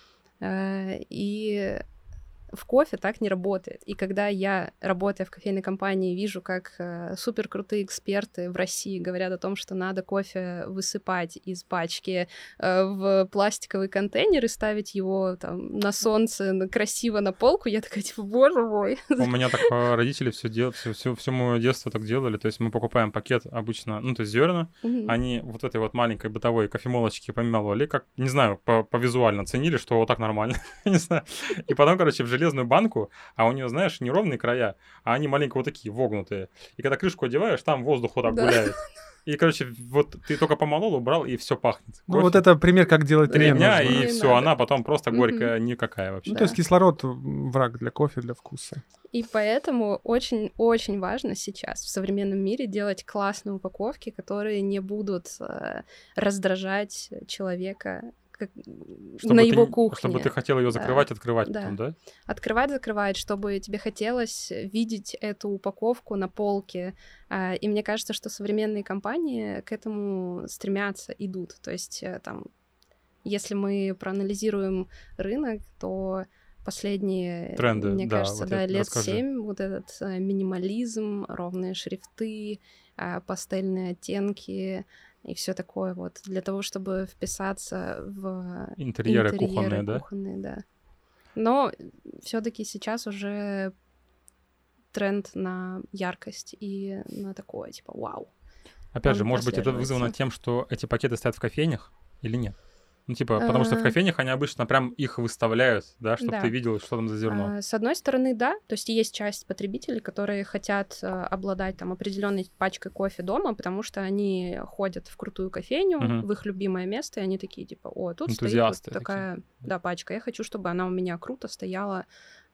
И в кофе так не работает. И когда я, работая в кофейной компании, вижу, как суперкрутые эксперты в России говорят о том, что надо кофе высыпать из пачки в пластиковый контейнер и ставить его там на солнце красиво на полку, я такая, типа, боже мой. У меня так родители все делают, все мое детство так делали. То есть мы покупаем пакет обычно, ну, то есть зерна, они вот этой вот маленькой бытовой кофемолочки помеловали, как, не знаю, по визуально ценили, что вот так нормально, не знаю. И потом, короче, в железную банку, а у нее, знаешь, не ровные края, а они маленько вот такие, вогнутые. И когда крышку одеваешь, там воздух вот так гуляет. И, короче, вот ты только помолол, убрал, и все пахнет. Ну, вот это пример, как делать 3 дня, и все, она потом просто горькая, никакая вообще. Ну, то есть кислород — враг для кофе, для вкуса. И поэтому очень-очень важно сейчас в современном мире делать классные упаковки, которые не будут раздражать человека на его кухне. Чтобы ты хотел ее закрывать, открывать потом, да? Открывать, закрывать, чтобы тебе хотелось видеть эту упаковку на полке. И мне кажется, что современные компании к этому стремятся, идут. То есть там, если мы проанализируем рынок, то последние, тренды, мне кажется, вот лет расскажи. 7 вот этот минимализм, ровные шрифты, пастельные оттенки и все такое вот, для того, чтобы вписаться в интерьеры кухонные, да. Но все-таки сейчас уже тренд на яркость и на такое, типа, вау. Опять же, может быть, это вызвано тем, что эти пакеты стоят в кофейнях или нет? Ну, типа, потому что в кофейнях они обычно прям их выставляют, да, чтобы ты видел, что там за зерно. С одной стороны, да, то есть есть часть потребителей, которые хотят обладать там определенной пачкой кофе дома, потому что они ходят в крутую кофейню, в их любимое место, и они такие, типа, о, тут стоит вот такая, пачка, я хочу, чтобы она у меня круто стояла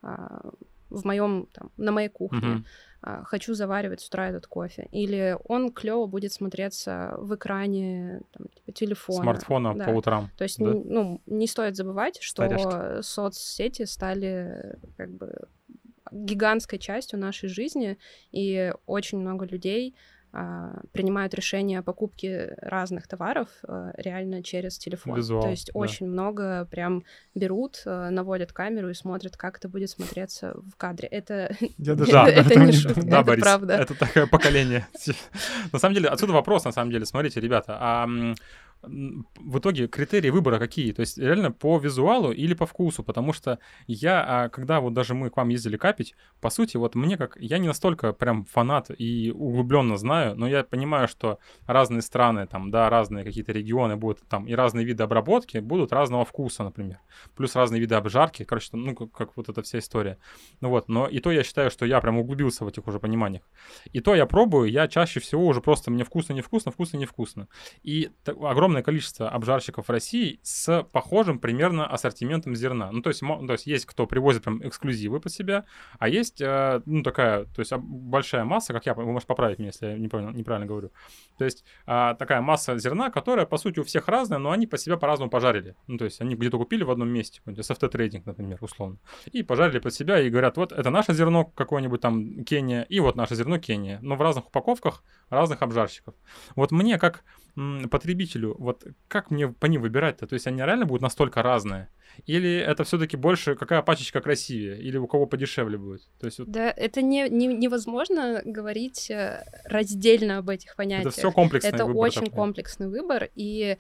в моем, там, на моей кухне. Хочу заваривать с утра этот кофе. Или он клево будет смотреться в экране там, типа, телефона. Смартфона по утрам. То есть, не стоит забывать, что соцсети стали как бы гигантской частью нашей жизни, и очень много людей принимают решение о покупке разных товаров реально через телефон. Визуал, то есть очень много прям берут, наводят камеру и смотрят, как это будет смотреться в кадре. Это не шутка, это Борис, правда. Это такое поколение. На самом деле, отсюда вопрос, на самом деле. Смотрите, ребята, в итоге критерии выбора какие? То есть реально по визуалу или по вкусу? Потому что когда вот даже мы к вам ездили капить, по сути, вот я не настолько прям фанат и углубленно знаю, но я понимаю, что разные страны, там, да, разные какие-то регионы будут там, и разные виды обработки будут разного вкуса, например. Плюс разные виды обжарки, короче, ну, как вот эта вся история. Ну вот, но и то я считаю, что я прям углубился в этих уже пониманиях. И то я пробую, я чаще всего уже просто мне вкусно, невкусно. И огромное количество обжарщиков в России с похожим примерно ассортиментом зерна. Ну, то есть есть кто привозит прям эксклюзивы под себя, а есть, такая, то есть большая масса, вы можете поправить меня, если я неправильно говорю. То есть такая масса зерна, которая, по сути, у всех разная, но они по себя по-разному пожарили. Ну, то есть они где-то купили в одном месте, SFT трейдинг, например, условно, и пожарили под себя и говорят, вот это наше зерно какое-нибудь там Кения, и вот наше зерно Кения, но в разных упаковках разных обжарщиков. Вот мне как потребителю, вот как мне по ним выбирать-то? То есть они реально будут настолько разные? Или это все-таки больше какая пачечка красивее? Или у кого подешевле будет? То есть, Да, это невозможно говорить раздельно об этих понятиях. Это все комплексный выбор. Это очень такой. Комплексный выбор. И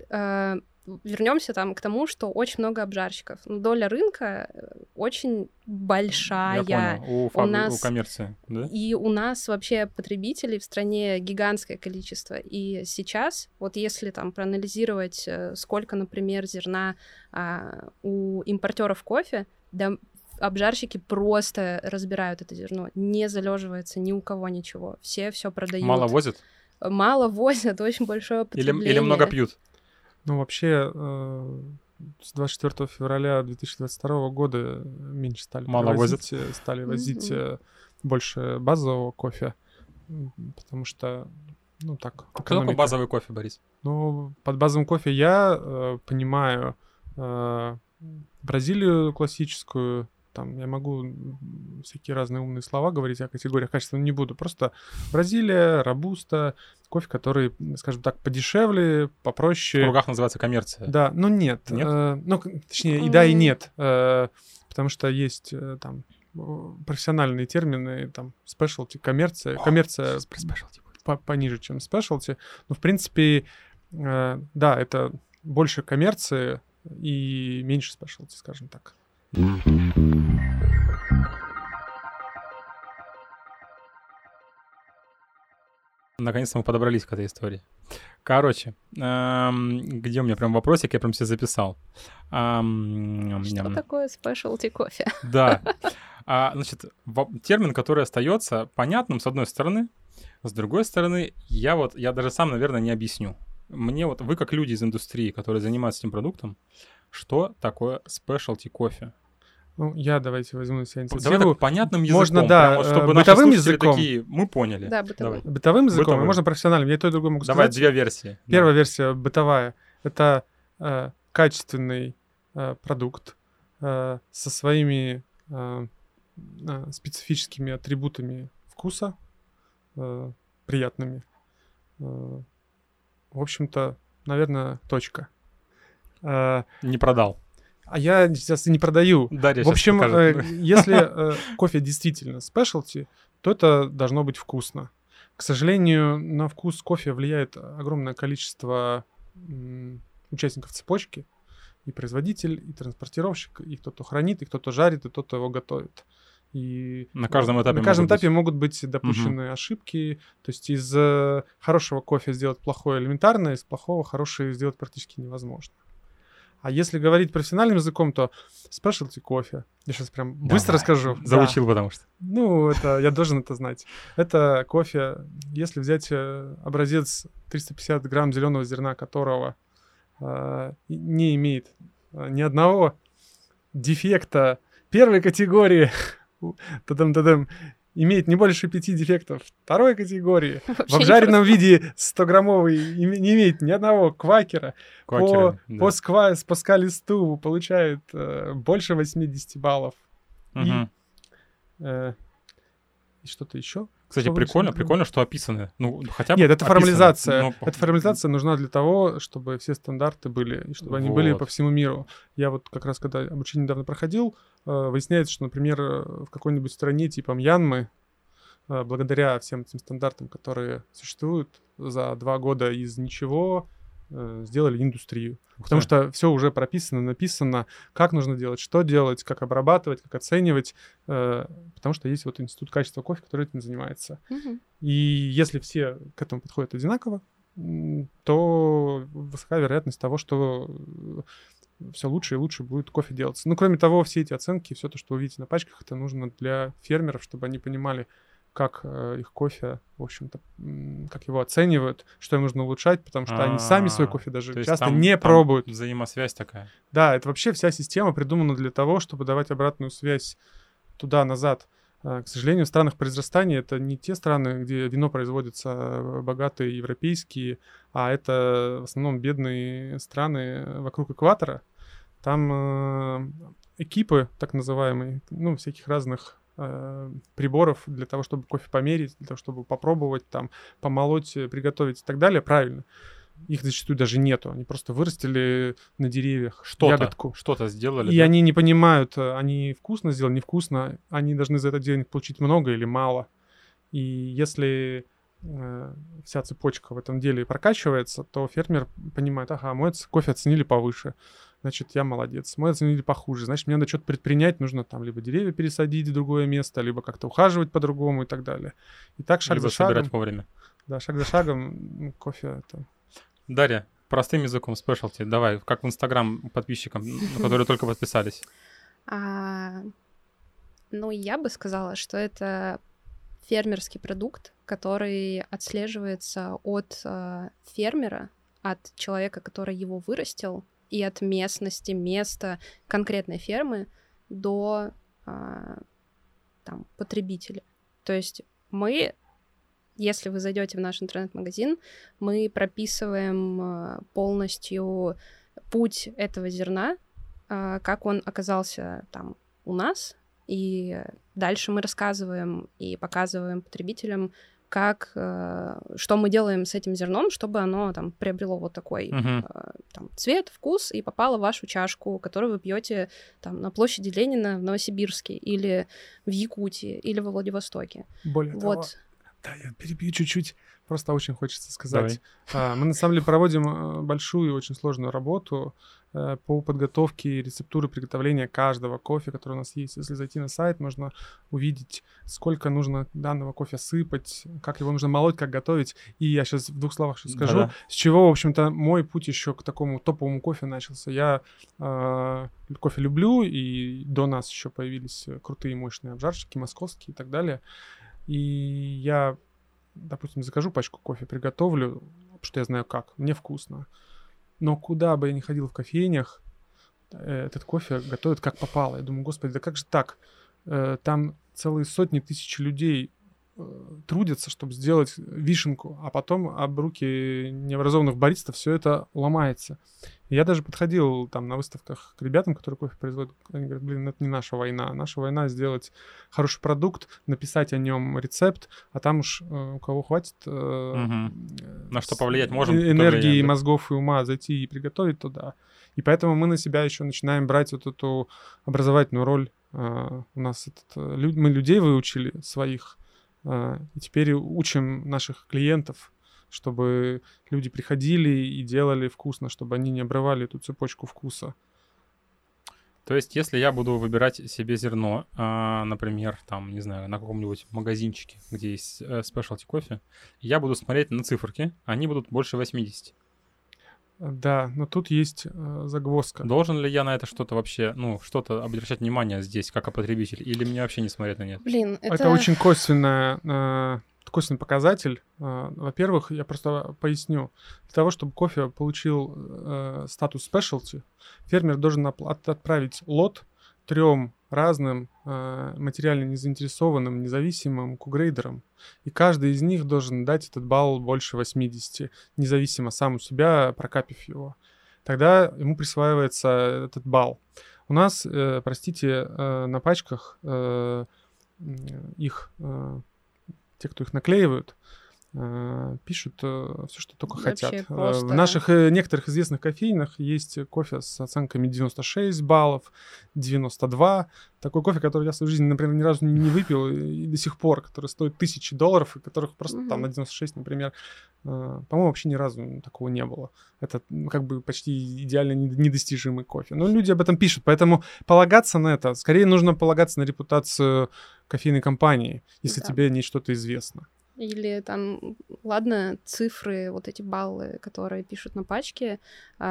вернемся там к тому, что очень много обжарщиков. Но доля рынка очень большая. Я понял, у нас, у коммерции, да? И у нас вообще потребителей в стране гигантское количество. И сейчас, вот если там проанализировать, сколько, например, зерна у импортеров кофе, да, обжарщики просто разбирают это зерно, не залеживается ни у кого ничего. Все продают. Мало возят? Мало возят, очень большое потребление. Или много пьют? Ну, вообще, с 24 февраля 2022 года меньше стали возить больше базового кофе, потому что, ну, так, экономика. Что такое базовый кофе, Борис? Ну, под базовым кофе я понимаю Бразилию классическую, там я могу всякие разные умные слова говорить о категориях качества, но не буду. Просто Бразилия, робуста, кофе, который, скажем так, подешевле, попроще. В кругах называется коммерция. Да, но нет. Нет? Точнее, и да, и нет. Потому что есть там профессиональные термины, там, specialty, коммерция. Коммерция пониже, чем specialty. Но, в принципе, да, это больше коммерции и меньше specialty, скажем так. Наконец-то мы подобрались к этой истории. Короче, где у меня прям вопросик, я прям себе записал. Что такое specialty кофе? Да. Значит, термин, который остается понятным, с одной стороны, с другой стороны, я даже сам, наверное, не объясню. Мне вот вы, как люди из индустрии, которые занимаются этим продуктом, что такое specialty кофе? Ну, давайте возьму на себя инициативу. Давай так понятным языком. Можно, да, прямо, чтобы бытовым наши языком. Такие, мы поняли. Да, бытовым. Бытовым языком, можно профессиональным. Я и то, и другое могу сказать. Давай две версии. Первая версия бытовая. Это качественный продукт со своими специфическими атрибутами вкуса, приятными. В общем-то, наверное, точка. Не продал. А я сейчас и не продаю. Дарья в общем, покажет. если кофе действительно specialty, то это должно быть вкусно. К сожалению, на вкус кофе влияет огромное количество участников цепочки. И производитель, и транспортировщик, и кто-то хранит, и кто-то жарит, и кто-то его готовит. И на каждом этапе могут быть допущены ошибки. То есть из хорошего кофе сделать плохое элементарно, из плохого хорошее сделать практически невозможно. А если говорить профессиональным языком, то specialty кофе. Я сейчас прям быстро скажу. Заучил, потому что. Ну, я должен это знать. Это кофе, если взять образец 350 грамм зеленого зерна, которого не имеет ни одного дефекта первой категории, имеет не больше 5 дефектов второй категории, в обжаренном виде 100-граммовый не имеет ни одного квакера, по ска-листу получает больше 80 баллов. И что-то еще. Кстати, прикольно, что описаны. Ну, хотя бы Нет, это описаны, формализация. но... Эта формализация нужна для того, чтобы все стандарты были, и чтобы они были по всему миру. Я вот как раз, когда обучение недавно проходил, выясняется, что, например, в какой-нибудь стране типа Мьянмы, благодаря всем этим стандартам, которые существуют за 2 года из ничего, сделали индустрию. Потому что все уже прописано, написано, как нужно делать, что делать, как обрабатывать, как оценивать, потому что есть вот Институт качества кофе, который этим занимается. И если все к этому подходят одинаково, то высока вероятность того, что все лучше и лучше будет кофе делаться. Ну, кроме того, все эти оценки, все то, что вы видите на пачках, это нужно для фермеров, чтобы они понимали, как их кофе, в общем-то, как его оценивают, что им нужно улучшать, потому что они сами свой кофе даже часто не пробуют. Взаимосвязь такая. Да, это вообще вся система придумана для того, чтобы давать обратную связь туда-назад. К сожалению, в странах произрастания это не те страны, где вино производится богатые европейские, а это в основном бедные страны вокруг экватора. Там экипы, так называемые, ну, всяких разных приборов для того, чтобы кофе померить, для того, чтобы попробовать, там, помолоть, приготовить и так далее, правильно. Их зачастую даже нету. Они просто вырастили на деревьях ягодку. Что-то сделали. И да? Они не понимают, они вкусно сделали, невкусно. Они должны за это денег получить много или мало. И если вся цепочка в этом деле прокачивается, то фермер понимает, ага, мой кофе оценили повыше, значит, я молодец. Мой оценили похуже, значит, мне надо что-то предпринять, нужно там либо деревья пересадить в другое место, либо как-то ухаживать по-другому и так далее. И так шаг либо за шагом. собирать вовремя. Да, шаг за шагом кофе это... Дарья, простым языком спешлти, давай, как в Инстаграм подписчикам, которые только подписались. Ну, я бы сказала, что это фермерский продукт, который отслеживается от фермера, от человека, который его вырастил, и от местности, места конкретной фермы до там, потребителя. То есть мы, если вы зайдете в наш интернет-магазин, мы прописываем полностью путь этого зерна, как он оказался там у нас, и дальше мы рассказываем и показываем потребителям, как, что мы делаем с этим зерном, чтобы оно там приобрело вот такой там, цвет, вкус и попало в вашу чашку, которую вы пьете там на площади Ленина в Новосибирске или в Якутии или во Владивостоке. Более вот. того, да, я перебью чуть-чуть, просто очень хочется сказать. Мы на самом деле проводим большую и очень сложную работу по подготовке рецептуры приготовления каждого кофе, который у нас есть. Если зайти на сайт, можно увидеть, сколько нужно данного кофе сыпать, как его нужно молоть, как готовить. И я сейчас в 2 словах скажу, с чего, в общем-то, мой путь еще к такому топовому кофе начался. Я кофе люблю, и до нас еще появились крутые мощные обжарщики, московские и так далее. И я, допустим, закажу пачку кофе, приготовлю, потому что я знаю как, мне вкусно. Но куда бы я ни ходил в кофейнях, этот кофе готовят как попало. Я думаю, господи, да как же так? Там целые сотни тысяч людей трудятся, чтобы сделать вишенку, а потом об руки необразованных баристов все это ломается. И я даже подходил там на выставках к ребятам, которые кофе производят, они говорят, блин, это не наша война. Наша война сделать хороший продукт, написать о нем рецепт, а там уж у кого хватит на что повлиять можем, энергии, и мозгов и ума зайти и приготовить туда. И поэтому мы на себя еще начинаем брать вот эту образовательную роль. У нас мы людей выучили своих, и теперь учим наших клиентов, чтобы люди приходили и делали вкусно, чтобы они не обрывали эту цепочку вкуса. То есть, если я буду выбирать себе зерно, например, там, не знаю, на каком-нибудь магазинчике, где есть спешлти кофе, я буду смотреть на циферки, они будут больше 80. Да, но тут есть загвоздка. Должен ли я на это что-то вообще, что-то обращать внимание здесь, как потребитель, или мне вообще не смотреть на это? Блин, это очень косвенный показатель. Во-первых, я просто поясню. Для того, чтобы кофе получил статус specialty, фермер должен отправить лот 3 разным материально незаинтересованным, независимым кугрейдерам. И каждый из них должен дать этот балл больше 80, независимо сам у себя, прокапив его. Тогда ему присваивается этот балл. У нас, на пачках их... те, кто их наклеивают, пишут все, что только Вообще хотят. просто. В наших некоторых известных кофейнях есть кофе с оценками 96 баллов, 92. Такой кофе, который я в своей жизни, например, ни разу не выпил, и до сих пор, который стоит $1000, и которых просто там на 96, например, по-моему, вообще ни разу такого не было. Это как бы почти идеально недостижимый кофе. Но люди об этом пишут, поэтому полагаться на это, скорее нужно полагаться на репутацию кофейной компании, если тебе не что-то известно. Или там, ладно, цифры, вот эти баллы, которые пишут на пачке.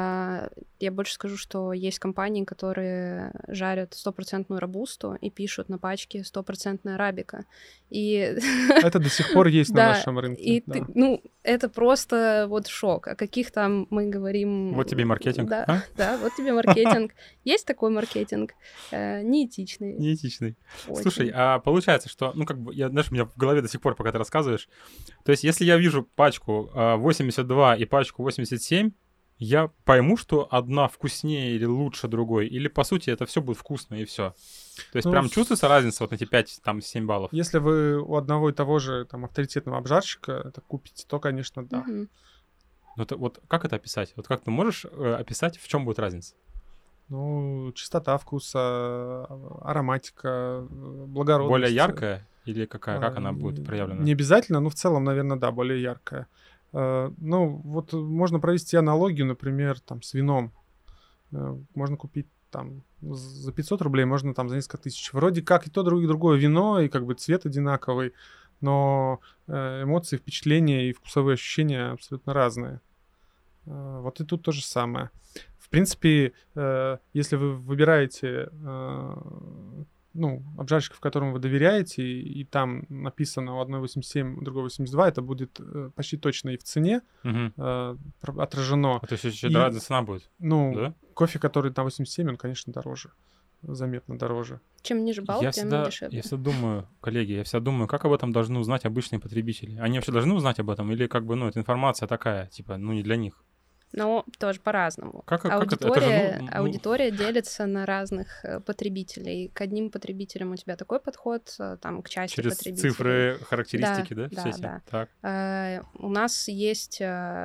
Я больше скажу, что есть компании, которые жарят 100% робусту и пишут на пачке 100% арабика. И... Это до сих пор есть на нашем рынке. И это просто вот шок. О каких там мы говорим... Вот тебе маркетинг. Да, вот тебе маркетинг. Есть такой маркетинг. Неэтичный. Неэтичный. Слушай, а получается, что, у меня в голове до сих пор, пока ты рассказываешь, то есть если я вижу пачку 82 и пачку 87, я пойму, что одна вкуснее или лучше другой, или, по сути, это все будет вкусно, и все. То есть прям чувствуется разница вот на эти 5-7 баллов? Если вы у одного и того же там авторитетного обжарщика это купите, то, конечно, да. Ну, вот как это описать? Вот как ты можешь описать, в чем будет разница? Чистота вкуса, ароматика, благородность. Более яркая или какая? Как она будет проявлена? Не обязательно, но в целом, наверное, да, более яркая. Вот можно провести аналогию, например, там, с вином. Можно купить там за 500 рублей, можно там за несколько тысяч. Вроде как и то, и другое вино, и как бы цвет одинаковый, но эмоции, впечатления и вкусовые ощущения абсолютно разные. Вот и тут то же самое. В принципе, если вы выбираете обжарщиков, которым вы доверяете, и там написано у одной 87, у другой 82, это будет почти точно и в цене отражено. То есть еще разная цена будет? Да? Кофе, который на 87, он, конечно, дороже. Заметно дороже. Чем ниже балл, тем дешевле. Я всегда думаю, коллеги, как об этом должны узнать обычные потребители? Они вообще должны узнать об этом? Или эта информация такая, типа, не для них? Ну, тоже по-разному. Аудитория делится на разных потребителей. К одним потребителям у тебя такой подход, там, к части через потребителей. Через цифры, характеристики, да? Да. Так. У нас есть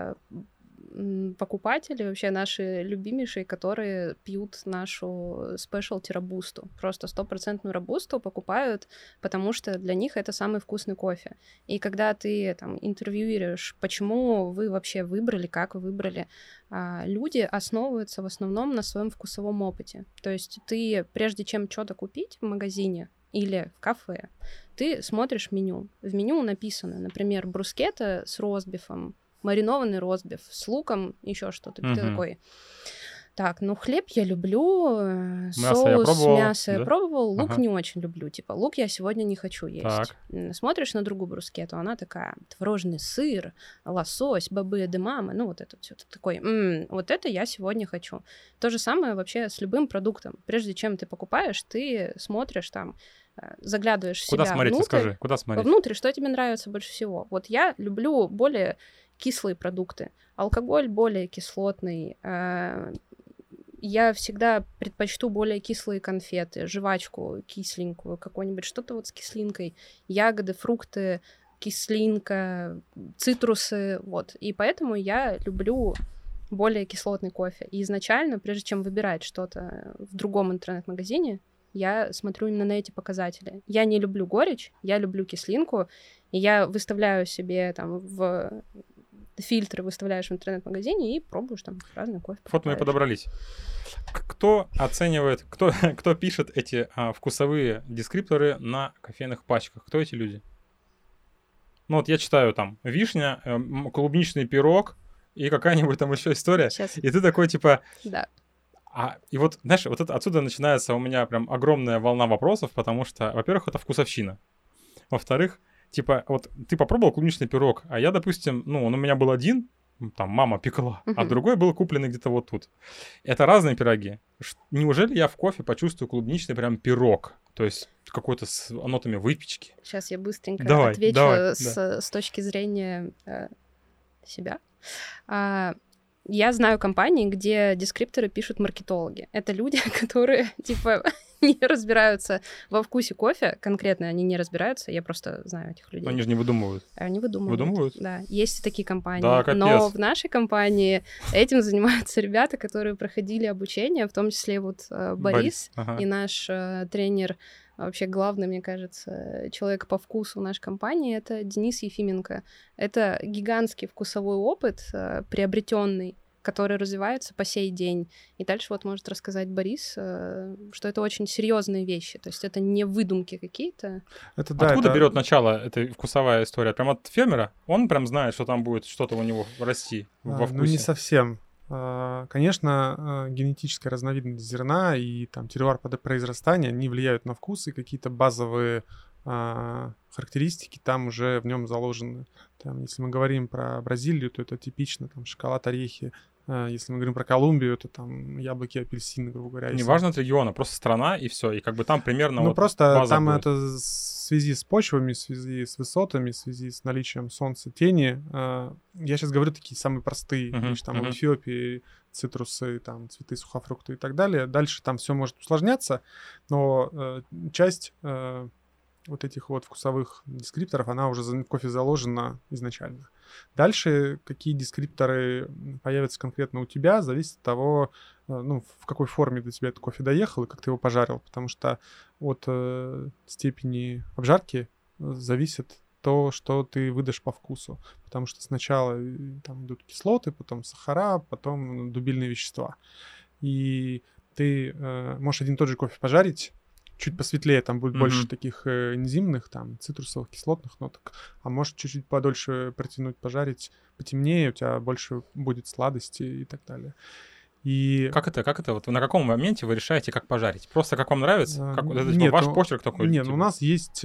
покупатели, вообще наши любимейшие, которые пьют нашу спешлти робусту. Просто 100% робусту покупают, потому что для них это самый вкусный кофе. И когда ты там интервьюируешь, почему вы вообще выбрали, как вы выбрали, люди основываются в основном на своем вкусовом опыте. То есть ты, прежде чем что-то купить в магазине или в кафе, ты смотришь меню. В меню написано, например, брускетта с ростбифом, маринованный ростбиф с луком, еще что-то. Ты такой, так, хлеб я люблю, соус, мясо я пробовал, лук не очень люблю. Типа, лук я сегодня не хочу есть. Так. Смотришь на другую брускетту, она такая, творожный сыр, лосось, бобы де мама, вот это все. Ты такой, вот это я сегодня хочу. То же самое вообще с любым продуктом. Прежде чем ты покупаешь, ты смотришь там, заглядываешь в себя смотреть, внутрь. Скажи, куда смотреть? Внутрь, что тебе нравится больше всего. Вот я люблю более кислые продукты. Алкоголь более кислотный. Я всегда предпочту более кислые конфеты, жвачку кисленькую, какую-нибудь, что-то вот с кислинкой. Ягоды, фрукты, кислинка, цитрусы, вот. И поэтому я люблю более кислотный кофе. И изначально, прежде чем выбирать что-то в другом интернет-магазине, я смотрю именно на эти показатели. Я не люблю горечь, я люблю кислинку, и я выставляю себе там в фильтры, выставляешь в интернет-магазине и пробуешь там разный кофе. Вот мы и подобрались. Кто оценивает, кто пишет эти вкусовые дескрипторы на кофейных пачках? Кто эти люди? Вот я читаю там вишня, клубничный пирог и какая-нибудь там еще история. Сейчас. И ты такой типа... Да. И вот, знаешь, вот это, отсюда начинается у меня прям огромная волна вопросов, потому что, во-первых, это вкусовщина. Во-вторых, типа, вот ты попробовал клубничный пирог, а я, допустим, он у меня был один, там мама пекла, а другой был купленный где-то вот тут. Это разные пироги. Неужели я в кофе почувствую клубничный прям пирог? То есть какой-то с нотами выпечки. Сейчас я быстренько отвечу с точки зрения себя. Я знаю компании, где дескрипторы пишут маркетологи. Это люди, которые, типа, не разбираются во вкусе кофе, конкретно они не разбираются, я просто знаю этих людей. Они же не выдумывают. Они выдумывают. Выдумывают? Да, есть такие компании. Да, капец. Но в нашей компании этим занимаются ребята, которые проходили обучение, в том числе вот Борис Ага. и наш тренер, вообще главный, мне кажется, человек по вкусу в нашей компании, это Денис Ефименко. Это гигантский вкусовой опыт, приобретенный, который развивается по сей день. И дальше вот может рассказать Борис, что это очень серьезные вещи. То есть это не выдумки какие-то. Это, да, Откуда это... берет начало эта вкусовая история? Прям от фермера? Он прям знает, что там будет что-то у него расти во вкусе? Ну, не совсем. Конечно, генетическая разновидность зерна и там терруар произрастания, они влияют на вкус, и какие-то базовые характеристики там уже в нем заложены. Там, если мы говорим про Бразилию, то это типично там шоколад, орехи. Если мы говорим про Колумбию, это там яблоки, апельсины, грубо говоря. Неважно от региона, просто страна и все. И как бы там примерно Ну, вот просто база там будет. это в связи с почвами, в связи с высотами, в связи с наличием солнца, тени. Я сейчас говорю такие самые простые вещи. Там в Эфиопии цитрусы, там цветы, сухофрукты и так далее. Дальше там все может усложняться, но часть вот этих вот вкусовых дескрипторов, она уже в кофе заложена изначально. Дальше какие дескрипторы появятся конкретно у тебя, зависит от того, ну, в какой форме до тебя этот кофе доехал и как ты его пожарил, потому что от степени обжарки зависит то, что ты выдашь по вкусу, потому что сначала там идут кислоты, потом сахара, потом дубильные вещества. И ты можешь один и тот же кофе пожарить, чуть посветлее, там будет больше таких энзимных, там, цитрусовых, кислотных ноток, а может чуть-чуть подольше протянуть, пожарить, потемнее, у тебя больше будет сладости и так далее. И... Как это? Вот на каком моменте вы решаете, как пожарить? Просто как вам нравится? Как, это нет, ваш почерк такой? Нет, типа? у нас есть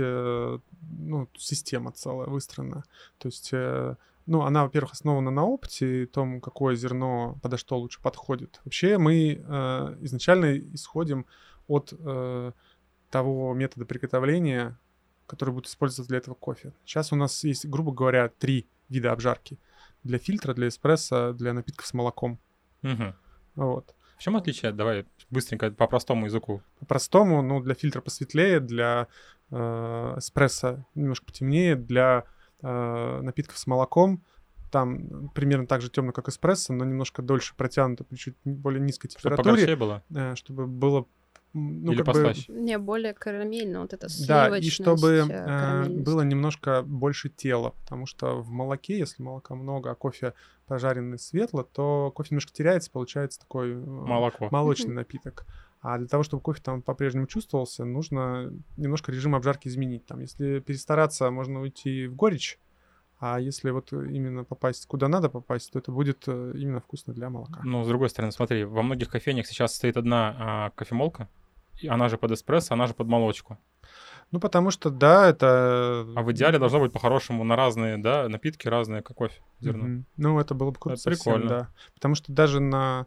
система целая выстроена. То есть, ну, она, во-первых, основана на опыте, том, какое зерно подо что лучше подходит. Вообще мы изначально исходим от того метода приготовления, который будет использоваться для этого кофе. Сейчас у нас есть, грубо говоря, 3 вида обжарки. Для фильтра, для эспрессо, для напитков с молоком. Угу. Вот. В чем отличие? Давай быстренько по простому языку. По-простому, ну, для фильтра посветлее, для эспрессо немножко потемнее, для напитков с молоком там примерно так же темно, как эспрессо, но немножко дольше протянуто при чуть более низкой температуре. Чтобы было? Чтобы было... Ну, или как послаще? Не, более карамельно, вот это сливочность. Да, и чтобы карамельность. было немножко больше тела, потому что в молоке, если молока много, а кофе прожаренный светло, то кофе немножко теряется, получается такой молочный напиток. А для того, чтобы кофе там по-прежнему чувствовался, нужно немножко режим обжарки изменить. Там, если перестараться, можно уйти в горечь, а если вот именно попасть куда надо попасть, то это будет именно вкусно для молока. Ну, с другой стороны, смотри, во многих кофейнях сейчас стоит одна кофемолка, и она же под эспрессо, она же под молочку. Ну, потому что, да, это... А в идеале должно быть по-хорошему на разные, да, напитки, разные, как кофе, зерно. Ну, это было бы круто. Это совсем, прикольно. Да. Потому что даже на...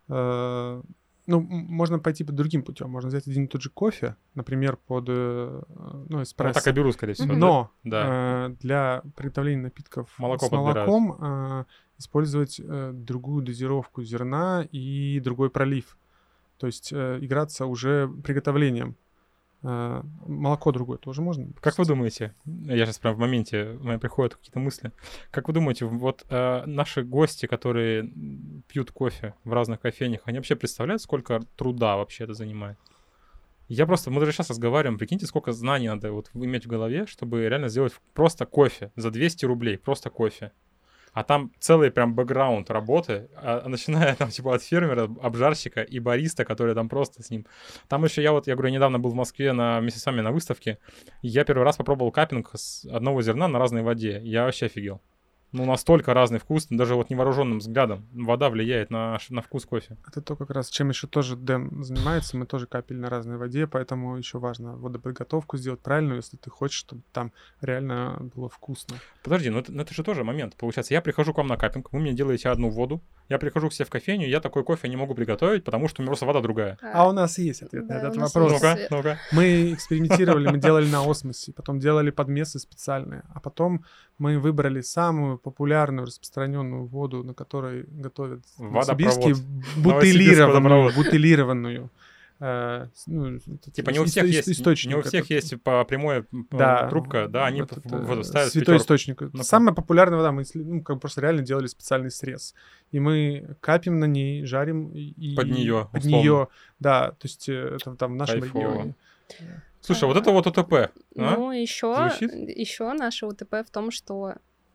Ну, можно пойти по другим путем. Можно взять один и тот же кофе, например, под эспрессо. Вот так и беру, скорее всего. Но да. Для приготовления напитков молоко с молоком использовать другую дозировку зерна и другой пролив. То есть играться уже приготовлением. Молоко другое тоже можно? Как вы думаете, я сейчас прям в моменте, у меня приходят какие-то мысли, как вы думаете, вот наши гости, которые пьют кофе в разных кофейнях, они вообще представляют, сколько труда вообще это занимает? Мы даже сейчас разговариваем, прикиньте, сколько знаний надо вот иметь в голове, чтобы реально сделать просто кофе за 200 рублей, просто кофе. А там целый прям бэкграунд работы, начиная там типа от фермера, обжарщика и бариста, который там просто с ним. Там еще я говорю, я недавно был в Москве вместе с вами на выставке, и я первый раз попробовал каппинг с одного зерна на разной воде. Я вообще офигел. Ну, настолько разный вкус, даже вот невооруженным взглядом вода влияет на вкус кофе. Это то, как раз, чем еще тоже Дэн занимается. Мы тоже капели на разной воде, поэтому еще важно водоподготовку сделать правильную, если ты хочешь, чтобы там реально было вкусно. Подожди, но это же тоже момент. Получается, я прихожу к вам на каппинг, вы мне делаете одну воду, я прихожу к себе в кофейню, я такой кофе не могу приготовить, потому что у меня просто вода другая. А у нас есть ответ на этот вопрос. Ну-ка. Мы экспериментировали, мы делали на осмосе, потом делали подмесы специальные, а потом мы выбрали самую популярную распространенную воду, на которой готовят в Новосибирске, бутылированную Типа не у всех есть, источник. Не у всех есть по прямой трубка, да, они ставят святой 5. источник. Самая популярная вода, мы просто реально делали специальный срез. И мы капим на ней, жарим и под нее, да, то есть это там в нашем регионе. Слушай, вот это вот УТП. Ну, еще наше УТП в том, что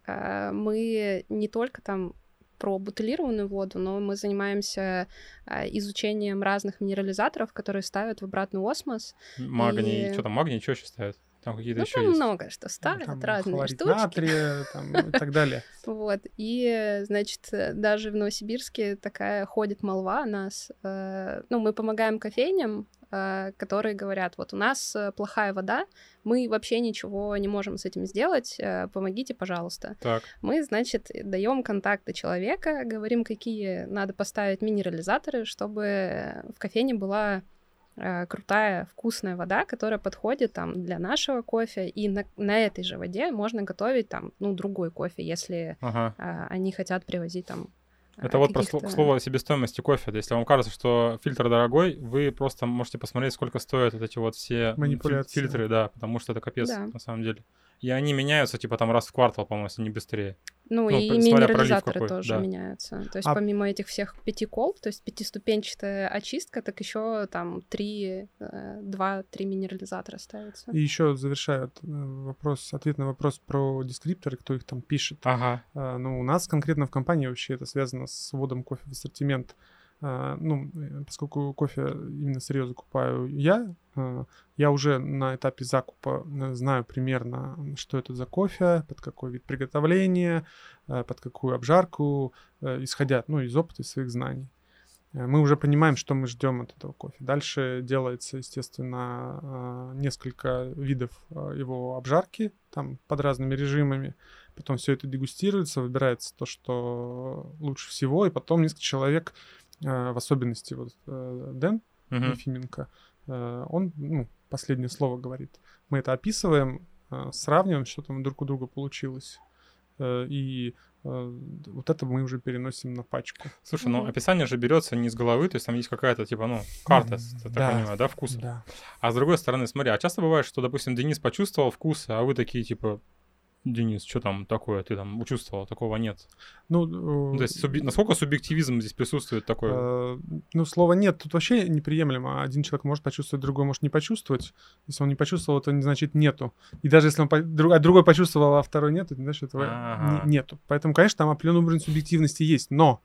мы не только там про бутилированную воду, но мы занимаемся изучением разных минерализаторов, которые ставят в обратный осмос. Магний, что там, магний, что еще ставят? Там какие-то еще там есть. много что ставят, там разные штучки. Натрия, там, и так далее. Вот, и, значит, даже в Новосибирске такая ходит молва о нас. Мы помогаем кофейням, которые говорят, вот у нас плохая вода, мы вообще ничего не можем с этим сделать, помогите, пожалуйста. Так. Мы, значит, даем контакты человека, говорим, какие надо поставить минерализаторы, чтобы в кофейне была крутая, вкусная вода, которая подходит там для нашего кофе, и на этой же воде можно готовить там, другой кофе, если они хотят привозить там. Это вот про слово о себестоимости кофе. Если вам кажется, что фильтр дорогой, вы просто можете посмотреть, сколько стоят вот эти вот все фильтры, да, потому что это капец на самом деле. И они меняются, типа, там раз в квартал, по-моему, если не быстрее. И минерализаторы тоже меняются. То есть помимо этих всех 5 колб, то есть 5-ступенчатая очистка, так еще там 2-3 минерализатора ставятся. И еще завершает ответ на вопрос про дескрипторы, кто их там пишет. У нас конкретно в компании вообще это связано с вводом кофе в ассортимент. Поскольку кофе именно сырье закупаю я уже на этапе закупа знаю примерно, что это за кофе, под какой вид приготовления, под какую обжарку, исходя из опыта и своих знаний. Мы уже понимаем, что мы ждем от этого кофе. Дальше делается, естественно, несколько видов его обжарки, там под разными режимами. Потом все это дегустируется, выбирается то, что лучше всего, и потом несколько человек, в особенности Дэн Ефименко, он последнее слово говорит. Мы это описываем, сравниваем, что там друг у друга получилось. И вот это мы уже переносим на пачку. Слушай, описание же берется не с головы, то есть там есть какая-то, карта, так понимаю, да, вкуса. Да. А с другой стороны, смотри, часто бывает, что, допустим, Денис почувствовал вкус, а вы такие, Денис, что там такое, ты там чувствовал, такого нет. То есть насколько субъективизм здесь присутствует такой? Слова «нет» тут вообще неприемлемо. Один человек может почувствовать, другой может не почувствовать. Если он не почувствовал, это не значит «нету». И даже если другой почувствовал, а второй нет, это не значит, этого нету. Поэтому, конечно, там определенный уровень субъективности есть. Но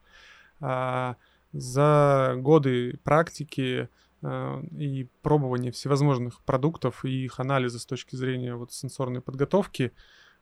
за годы практики и пробования всевозможных продуктов и их анализа с точки зрения сенсорной подготовки,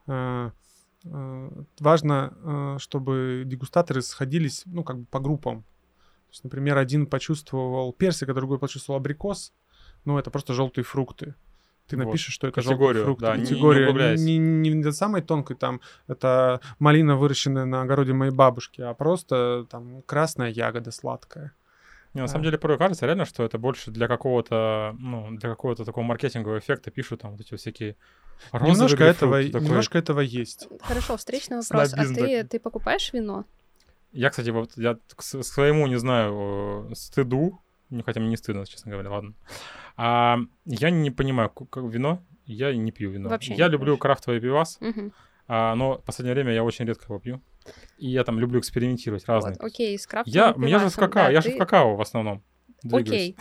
важно, чтобы дегустаторы сходились, по группам. То есть, например, один почувствовал персик, а другой почувствовал абрикос. Это просто желтые фрукты. Ты напишешь, что это желтые фрукты. Да, категория не до самой тонкой, там, это малина, выращенная на огороде моей бабушки, а просто там красная ягода сладкая. На самом деле, порой кажется реально, что это больше для какого-то такого маркетингового эффекта пишут там вот эти всякие розовые грейпфрут. Немножко этого есть. Хорошо, встречный вопрос. А ты покупаешь вино? Я, кстати, я к своему, не знаю, стыду, хотя мне не стыдно, честно говоря, ладно. Я не понимаю, как вино, я не пью вино. Вообще я люблю крафтовый пивас, но в последнее время я очень редко его пью. И я там люблю экспериментировать разные. Окей, с крафтовым пивасом. Я же в какао, я же в какао в основном двигаюсь. Окей.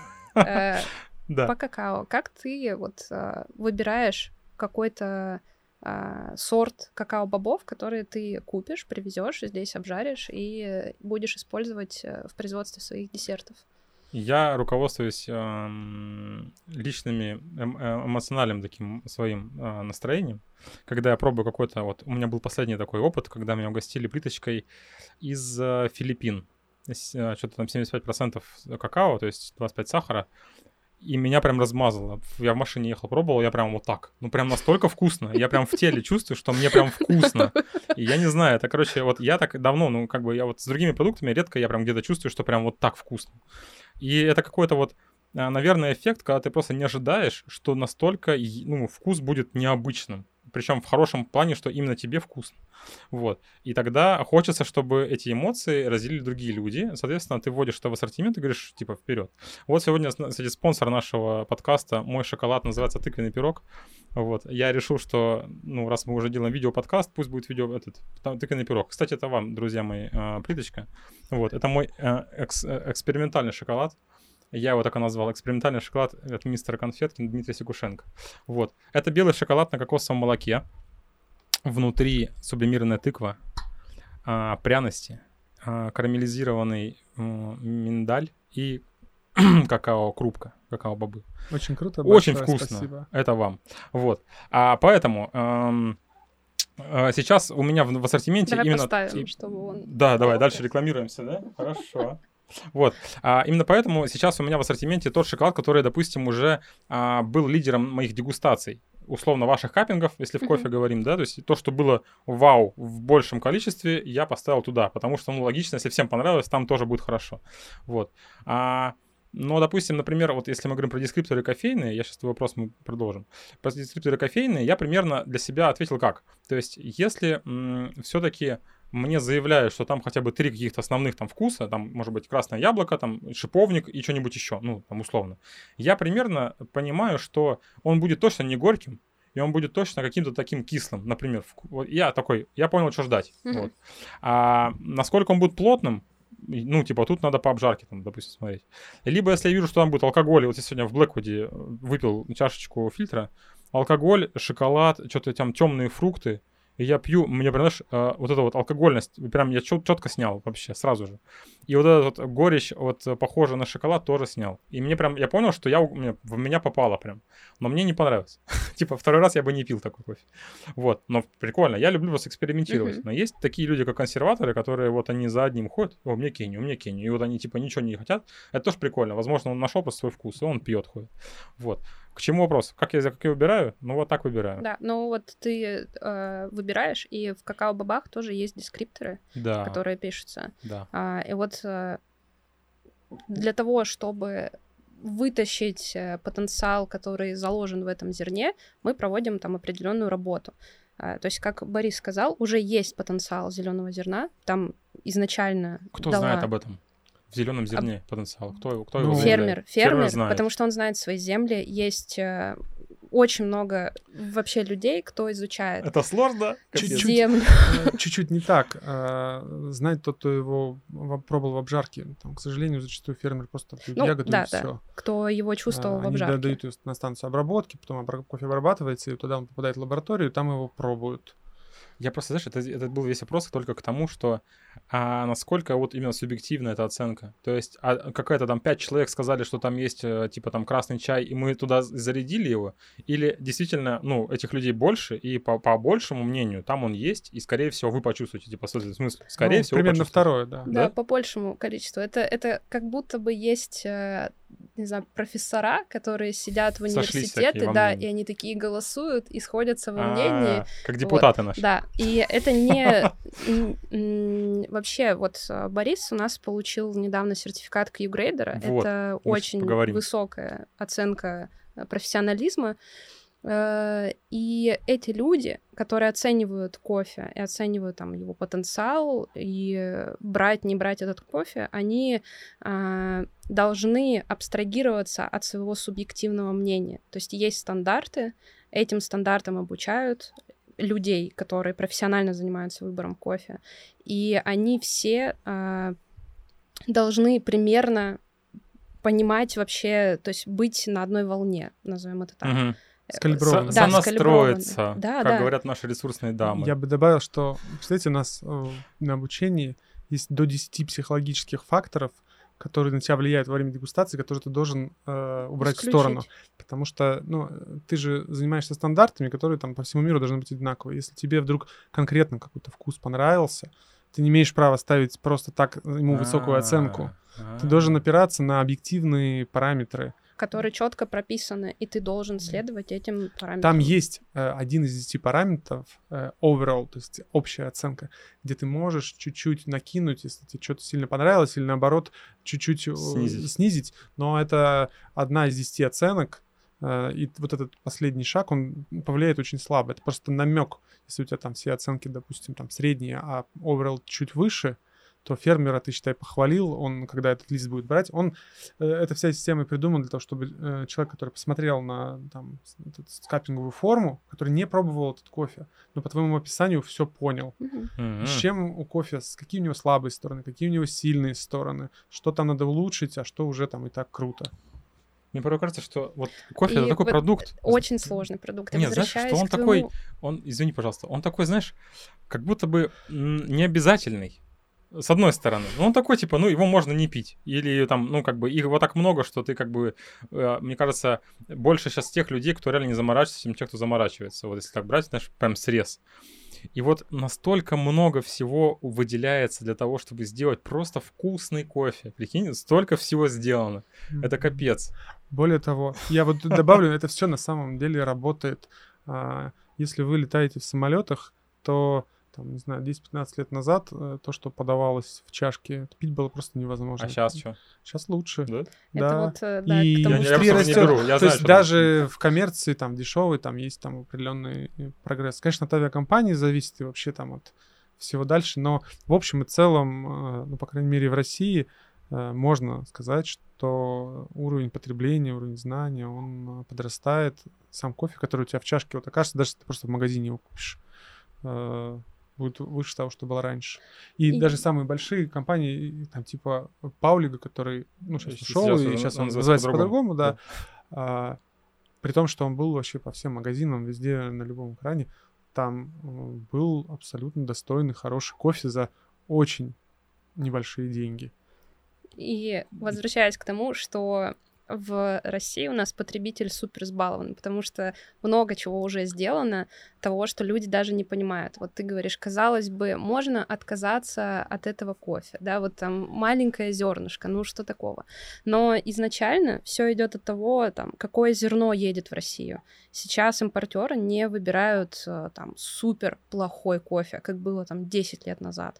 По какао. Как ты выбираешь какой-то сорт какао-бобов, которые ты купишь, привезешь, здесь обжаришь и будешь использовать в производстве своих десертов? Я руководствуюсь личными эмоциональным таким своим настроением. Когда я пробую какой-то... У меня был последний такой опыт, когда меня угостили плиточкой из Филиппин. Что-то там 75% какао, то есть 25 сахара. И меня прям размазало. Я в машине ехал, пробовал, я прям вот так. Прям настолько вкусно. Я прям в теле чувствую, что мне прям вкусно. И я не знаю, это, я так давно, я с другими продуктами редко я прям где-то чувствую, что прям вот так вкусно. И это какой-то наверное, эффект, когда ты просто не ожидаешь, что настолько, вкус будет необычным. причем в хорошем плане, что именно тебе вкусно. Вот. И тогда хочется, чтобы эти эмоции разделили другие люди. Соответственно, ты вводишь это в ассортимент и говоришь, типа, вперед. Вот сегодня, кстати, спонсор нашего подкаста «Мой шоколад» называется «Тыквенный пирог». Вот. Я решил, что, ну, раз мы уже делаем видео-подкаст, пусть будет «Тыквенный пирог». Кстати, это вам, друзья мои, плиточка. Вот. Это мой экспериментальный шоколад. Я его так и назвал. Экспериментальный шоколад от мистера Конфеткин Дмитрия Сикушенко. Вот. Это белый шоколад на кокосовом молоке. Внутри сублимированная тыква, пряности, карамелизированный миндаль и какао-крупка, какао-бобы. Очень круто. Очень вкусно. Спасибо. Это вам. Вот. Поэтому сейчас у меня в ассортименте Давай именно... поставим, чтобы он... Да, давай, дальше рекламируемся, да? Хорошо. Вот. Именно поэтому сейчас у меня в ассортименте тот шоколад, который, допустим, уже был лидером моих дегустаций. Условно, ваших каппингов, если в кофе говорим, да, то есть то, что было вау в большем количестве, я поставил туда, потому что, ну, логично, если всем понравилось, там тоже будет хорошо. Вот. Но, допустим, например, вот если мы говорим про дескрипторы кофейные, я сейчас твой вопрос мы продолжим. Про дескрипторы кофейные я примерно для себя ответил как. То есть если все-таки мне заявляют, что там хотя бы 3 каких-то основных там вкуса, там может быть красное яблоко, там шиповник и что-нибудь еще, ну, там условно, я примерно понимаю, что он будет точно не горьким, и он будет точно каким-то таким кислым, например. Вот я такой, я понял, что ждать. Вот. Насколько он будет плотным, ну, типа, тут надо по обжарке, там, допустим, смотреть. Либо, если я вижу, что там будет алкоголь, вот я сегодня в Блэквуде выпил чашечку фильтра, алкоголь, шоколад, что-то там темные фрукты, и я пью, мне прям, знаешь, вот эта вот алкогольность, прям я четко снял вообще, сразу же. И вот эта вот горечь, вот похожая на шоколад, тоже снял. И мне прям, я понял, что в меня попало прям. Но мне не понравилось. Типа, второй раз я бы не пил такой кофе. Вот, но прикольно, я люблю вас экспериментировать. Но есть такие люди, как консерваторы, которые вот они за одним ходят, у меня Кенни. И вот они типа ничего не хотят. Это тоже прикольно. Возможно, он нашел просто свой вкус, и он пьет, ходит. Вот. К чему вопрос? Как я выбираю? Ну, вот так выбираю. Да, ну вот ты выбираешь, и в какао-бобах тоже есть дескрипторы, которые пишутся. Да. И вот для того, чтобы вытащить потенциал, который заложен в этом зерне, мы проводим там определенную работу. То есть, как Борис сказал, уже есть потенциал зеленого зерна. Там изначально Кто знает об этом? В зеленом зерне потенциал. Кто его фермер, знает. Потому что он знает свои земли. Есть очень много вообще людей, кто изучает Это сложно? землю. Чуть-чуть не так. Знает тот, кто его пробовал в обжарке. Там, к сожалению, зачастую фермер просто пьют ягоду и все. Да. Кто его чувствовал в обжарке. Они дают ее на станцию обработки, потом кофе обрабатывается, и туда он попадает в лабораторию, и там его пробуют. Я просто, знаешь, это был весь вопрос только к тому, что насколько вот именно субъективна эта оценка. То есть какая-то там 5 человек сказали, что там есть типа там красный чай, и мы туда зарядили его, или действительно, ну, этих людей больше, и по большему мнению там он есть, и, скорее всего, вы почувствуете, типа, в смысле, скорее всего, примерно второе, да. Да, по большему количеству. Это как будто бы есть... не знаю, профессора, которые сидят в университете, да, и они такие голосуют и сходятся во мнении. Как депутаты наши. Да, и это не... Вообще, вот Борис у нас получил недавно сертификат Q-грейдера. Вот, это очень высокая оценка профессионализма. И эти люди, которые оценивают кофе и оценивают там его потенциал, и брать, не брать этот кофе, они должны абстрагироваться от своего субъективного мнения. То есть есть стандарты, этим стандартам обучают людей, которые профессионально занимаются выбором кофе, и они все должны примерно понимать вообще, то есть быть на одной волне, назовем это так. Сонастроиться, да, как говорят наши ресурсные дамы. Я бы добавил, что, представляете, у нас на обучении есть до 10 психологических факторов, которые на тебя влияют во время дегустации, которые ты должен убрать в сторону. Потому что, ну, ты же занимаешься стандартами, которые там по всему миру должны быть одинаковые. Если тебе вдруг конкретно какой-то вкус понравился, ты не имеешь права ставить просто так ему высокую оценку. Ты должен опираться на объективные параметры, которые четко прописаны, и ты должен следовать этим параметрам. Там есть один из 10 параметров, overall, то есть общая оценка, где ты можешь чуть-чуть накинуть, если тебе что-то сильно понравилось, или наоборот, чуть-чуть снизить. Но это одна из 10 оценок, И вот этот последний шаг, он повлияет очень слабо. Это просто намек. Если у тебя там все оценки, допустим, там средние, а overall чуть выше, то фермера ты, считай, похвалил, он, когда этот лист будет брать, эта вся система и придумана для того, чтобы человек, который посмотрел на там, скаппинговую форму, который не пробовал этот кофе, но по твоему описанию все понял. С чем у кофе, какие у него слабые стороны, какие у него сильные стороны, что там надо улучшить, а что уже там и так круто. Мне порой кажется, что вот кофе — это такой продукт. Очень сложный продукт. Нет, знаешь, что он такой, извини, пожалуйста, он такой, знаешь, как будто бы необязательный. С одной стороны. Он такой, типа, его можно не пить. Или там, как бы, их вот так много, что ты, как бы, мне кажется, больше сейчас тех людей, кто реально не заморачивается, чем тех, кто заморачивается. Вот если так брать, знаешь, прям срез. И вот настолько много всего выделяется для того, чтобы сделать просто вкусный кофе. Прикинь, столько всего сделано. Это капец. Более того, я вот добавлю, это все на самом деле работает. Если вы летаете в самолетах, то там, не знаю, 10-15 лет назад то, что подавалось в чашке, пить было просто невозможно. А сейчас что? Сейчас лучше. Да? Это вот, да, и индустрия растет. То есть даже в коммерции там дешевый, там есть там определенный прогресс. Конечно, от авиакомпании зависит и вообще там от всего дальше, но в общем и целом, ну, по крайней мере, в России можно сказать, что уровень потребления, уровень знания, он подрастает. Сам кофе, который у тебя в чашке вот окажется, даже если ты просто в магазине его купишь, будет выше того, что было раньше. И даже самые большие компании, там типа Паулига, который, ну, сейчас ушел, и сейчас он называется по-другому, да. При том, что он был вообще по всем магазинам, везде, на любом экране, там был абсолютно достойный, хороший кофе за очень небольшие деньги. И возвращаясь к тому, что в России у нас потребитель супер избалован, потому что много чего уже сделано, того, что люди даже не понимают. Вот ты говоришь, казалось бы, можно отказаться от этого кофе, да, вот там маленькое зернышко, ну что такого. Но изначально все идет от того, там, какое зерно едет в Россию. Сейчас импортеры не выбирают там супер плохой кофе, как было там 10 лет назад.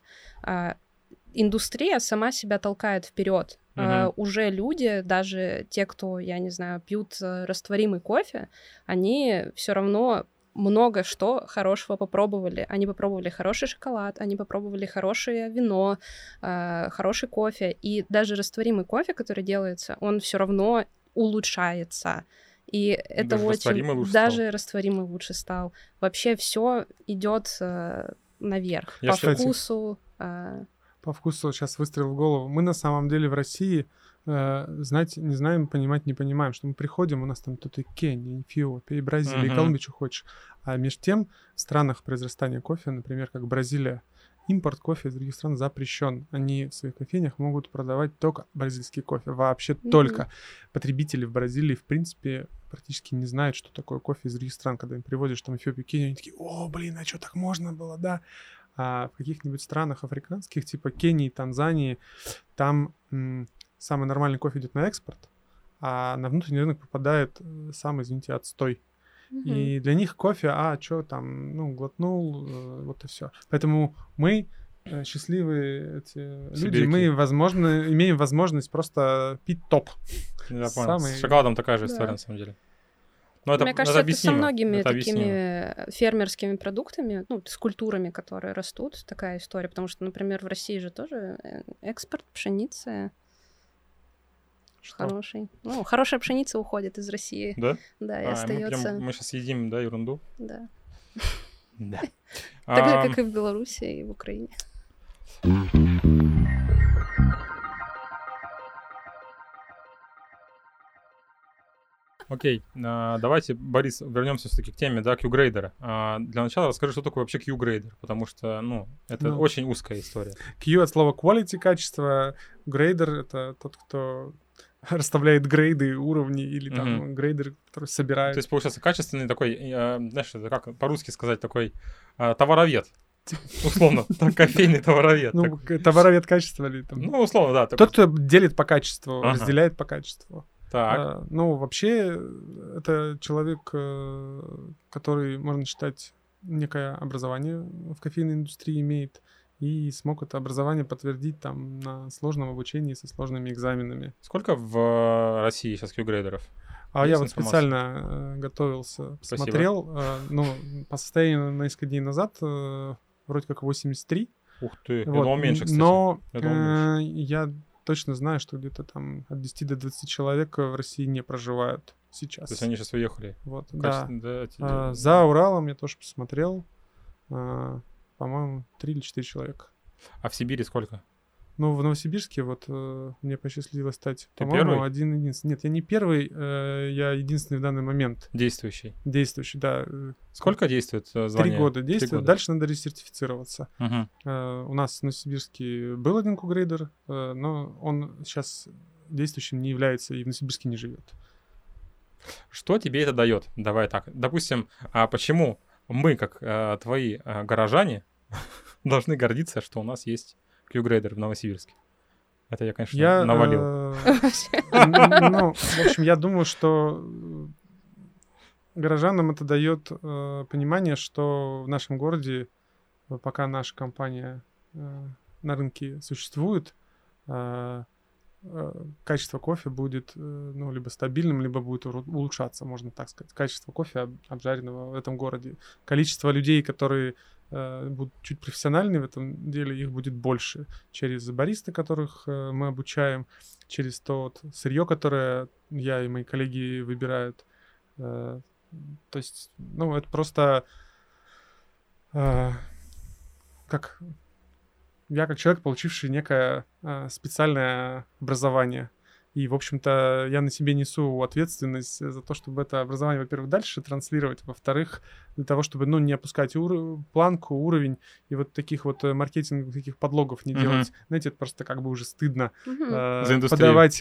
Индустрия сама себя толкает вперед. Уже люди, даже те, кто, я не знаю, пьют растворимый кофе, они все равно много что хорошего попробовали. Они попробовали хороший шоколад, они попробовали хорошее вино, хороший кофе. И даже растворимый кофе, который делается, он все равно улучшается. И это очень... Даже растворимый лучше стал. Вообще все идет наверх. По вкусу... По вкусу сейчас выстрел в голову. Мы на самом деле в России знать не знаем, понимать не понимаем, что мы приходим, у нас там тут и Кения, и Эфиопия, и Бразилия, и Колумбия, что хочешь. А между тем в странах произрастания кофе, например, как Бразилия, импорт кофе из других стран запрещен. Они в своих кофейнях могут продавать только бразильский кофе. Вообще только. Потребители в Бразилии, в принципе, практически не знают, что такое кофе из других стран. Когда им привозишь там Эфиопию, Кению, они такие: о, блин, а что, так можно было, да? А в каких-нибудь странах африканских, типа Кении, Танзании, там самый нормальный кофе идет на экспорт, а на внутренний рынок попадает самый, извините, отстой. И для них кофе, что там, ну, глотнул, вот и все. Поэтому мы, счастливые люди, мы, возможно, имеем возможность просто пить топ. Я понял. С шоколадом такая же история, на самом деле. Но мне кажется, это со многими такими фермерскими продуктами, ну, с культурами, которые растут, такая история. Потому что, например, в России же тоже экспорт пшеницы хороший. Ну, хорошая пшеница уходит из России. Да? Да, и остается. Мы сейчас едим, да, ерунду? Да. Да. Так же, как и в Беларуси, и в Украине. Окей, давайте, Борис, вернемся все-таки к теме, да, Q-грейдера. Для начала расскажи, что такое вообще Q-грейдер, потому что, ну, это очень узкая история. Q от слова quality, качество, грейдер — это тот, кто расставляет грейды, уровни, или там грейдер, который собирает. То есть, получается, качественный такой, знаешь, это как по-русски сказать, такой товаровед. Условно, кофейный товаровед. Ну, товаровед качества ли там? Ну, условно, да. Тот, кто делит по качеству, разделяет по качеству. Так. Ну, вообще, это человек, который, можно считать, некое образование в кофейной индустрии имеет. и смог это образование подтвердить там на сложном обучении со сложными экзаменами. Сколько в России сейчас Q-грейдеров? А Есть я вот информация? специально готовился, Спасибо. смотрел, ну, по состоянию на несколько дней назад вроде как 83. Ух ты, я Вот. думал меньше, кстати. Но Я думал меньше. я точно знаю, что где-то там от 10 до 20 человек в России не проживают сейчас. То есть они сейчас уехали. Вот, В да. качестве- да, За Уралом я тоже посмотрел. По-моему, 3 или 4 человека. А в Сибири сколько? Ну, в Новосибирске вот мне посчастливилось стать, Ты по-моему, первый? один-единственный. Нет, я не первый, я единственный в данный момент Действующий. действующий, да. Сколько действует 3 звание? года 3 действует, года. дальше надо ресертифицироваться. Мгм. У нас в Новосибирске был один Q-грейдер, но он сейчас действующим не является и в Новосибирске не живет. Что тебе это дает? Давай так. Допустим, почему мы, как твои горожане, должны гордиться, что у нас есть Q-грейдер в Новосибирске? Это я, конечно, навалил. Ну, в общем, я думаю, что горожанам это дает понимание, что в нашем городе, пока наша компания на рынке существует, качество кофе будет ну, либо стабильным, либо будет улучшаться, можно так сказать. Качество кофе обжаренного в этом городе. Количество людей, которые будут чуть профессиональнее в этом деле, их будет больше. Через баристы, которых мы обучаем, через то сырье, которое я и мои коллеги выбирают. То есть, ну, это просто как... Я как человек, получивший некое специальное образование. И, в общем-то, я на себе несу ответственность за то, чтобы это образование, во-первых, дальше транслировать, во-вторых, для того, чтобы, ну, не опускать планку, уровень, и вот таких вот маркетинговых таких подлогов не делать. Знаете, это просто как бы уже стыдно подавать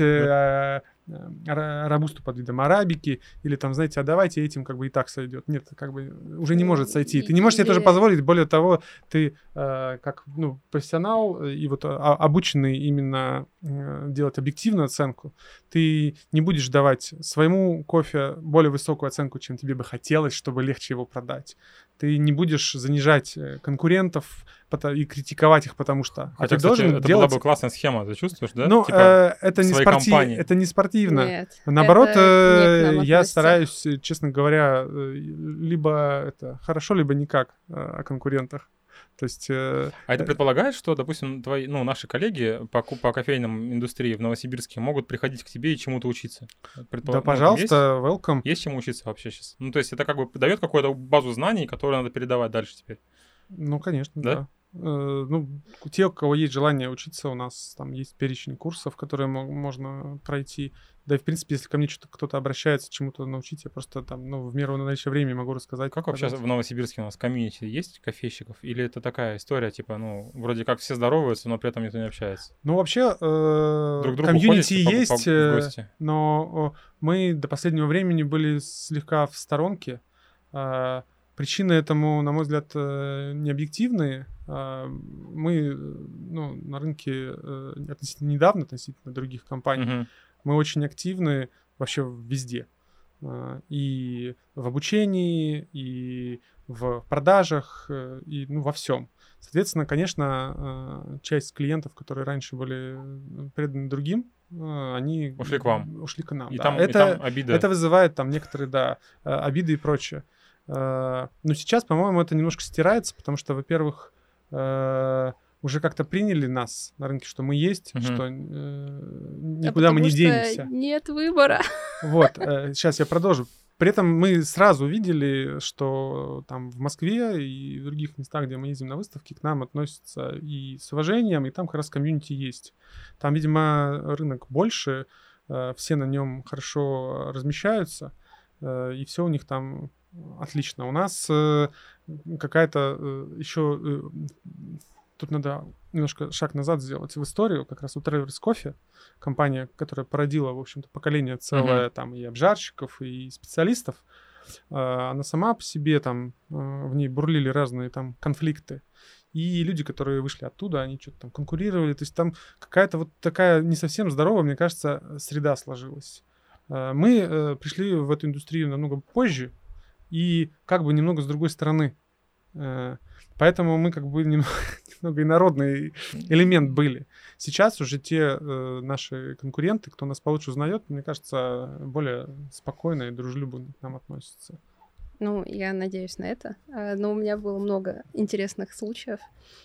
робусту под видом арабики, или там, знаете, а давайте этим как бы и так сойдет. Нет, как бы уже не может сойти. Ты не можешь себе тоже позволить, более того, ты как, ну, профессионал и вот обученный именно делать объективную оценку, ты не будешь давать своему кофе более высокую оценку, чем тебе бы хотелось, чтобы легче его продать. Ты не будешь занижать конкурентов и критиковать их, потому что... Хотя, ты кстати, должен это делать... была бы классная схема, ты чувствуешь, да? Ну, Типа это, не своей компании. это не спортивно. Нет, Наоборот, это не к нам я относится. стараюсь, честно говоря, либо это хорошо, либо никак о конкурентах. То есть... А это предполагает, что, допустим, твои, ну, наши коллеги по кофейным индустрии в Новосибирске могут приходить к тебе и чему-то учиться? Да, пожалуйста, welcome. Есть чему учиться вообще сейчас? Ну, то есть это как бы дает какую-то базу знаний, которую надо передавать дальше теперь? Ну, конечно, Да? да. Ну, те, у кого есть желание учиться, у нас там есть перечень курсов, которые можно пройти. Да и, в принципе, если ко мне кто-то обращается, чему-то научить, я просто там, ну, в меру наличия времени могу рассказать. Как вообще в Новосибирске у нас комьюнити есть кофейщиков? Или это такая история, типа, ну, вроде как все здороваются, но при этом никто не общается? Ну, вообще, Друг к другу комьюнити ходите есть, в гости? но мы до последнего времени были слегка в сторонке. Причины этому, на мой взгляд, не объективные. Мы, ну, на рынке относительно недавно, относительно других компаний, Мгм. мы очень активны вообще везде. И в обучении, и в продажах, и, ну, во всем. Соответственно, конечно, часть клиентов, которые раньше были преданы другим, они Ушли к вам. Ушли к нам. И Да. там обида. Это вызывает там некоторые, да, обиды и прочее. Но сейчас, по-моему, это немножко стирается, потому что, во-первых, уже как-то приняли нас на рынке, что мы есть, Мгм. что никуда мы потому не что денемся. нет выбора. Вот, сейчас я продолжу. При этом мы сразу видели, что там в Москве и в других местах, где мы ездим на выставки, к нам относятся и с уважением, и там как раз комьюнити есть. Там, видимо, рынок больше, все на нем хорошо размещаются, и все у них там отлично. У нас какая-то еще... Тут надо немножко шаг назад сделать в историю. Как раз у Travelers Coffee, компания, которая породила, в общем-то, поколение целое, там, и обжарщиков, и специалистов, она сама по себе, там, в ней бурлили разные там конфликты. И люди, которые вышли оттуда, они что-то там конкурировали. То есть там какая-то вот такая не совсем здоровая, мне кажется, среда сложилась. Мы пришли в эту индустрию намного позже и как бы немного с другой стороны. Поэтому мы как бы немного инородный элемент были. Сейчас уже те наши конкуренты, кто нас получше узнает, мне кажется, более спокойно и дружелюбно к нам относятся. Ну, я надеюсь на это. Но у меня было много интересных случаев.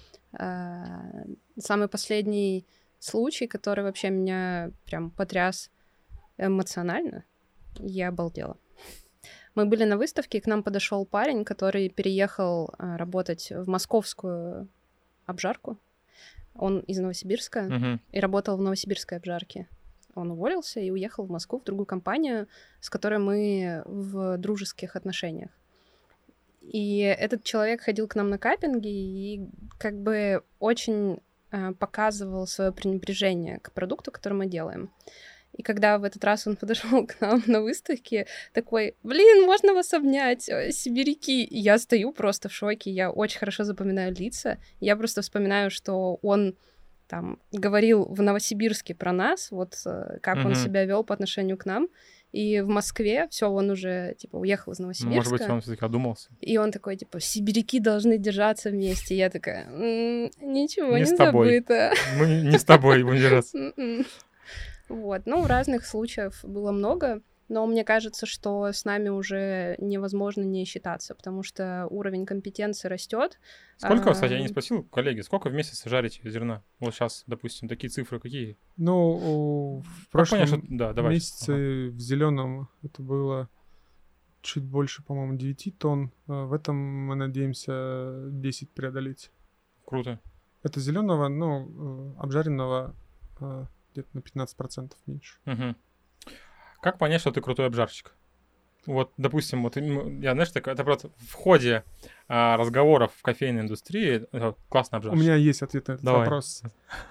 Самый последний случай, который вообще меня прям потряс эмоционально, я обалдела. Мы были на выставке, к нам подошел парень, который переехал работать в московскую обжарку. Он из Новосибирска и работал в новосибирской обжарке. Он уволился и уехал в Москву, в другую компанию, с которой мы в дружеских отношениях. И этот человек ходил к нам на каппинги и как бы очень показывал свое пренебрежение к продукту, который мы делаем. И когда в этот раз он подошел к нам на выставке, такой: блин, можно вас обнять, сибиряки. И я стою просто в шоке, я очень хорошо запоминаю лица. Я просто вспоминаю, что он там говорил в Новосибирске про нас, вот как он себя вел по отношению к нам. И в Москве все, он уже, типа, уехал из Новосибирска. Может быть, он все-таки одумался. И он такой, типа, сибиряки должны держаться вместе. И я такая: ничего, не с тобой. забыто. Мы не с тобой будем держаться. Вот, ну, разных случаев было много, но мне кажется, что с нами уже невозможно не считаться, потому что уровень компетенции растет. Сколько, кстати, я не спросил, коллеги, сколько в месяц жарите зерна? Вот сейчас, допустим, такие цифры какие? Ну, в прошлом месяце в зеленом это было чуть больше, по-моему, 9 тонн. В этом мы надеемся 10 преодолеть. Круто. Это зеленого, ну, обжаренного где-то на 15% меньше. Угу. Как понять, что ты крутой обжарщик? Вот, допустим, вот я, знаешь, это просто в ходе разговоров в кофейной индустрии классно обжарщик. У меня есть ответ на этот вопрос.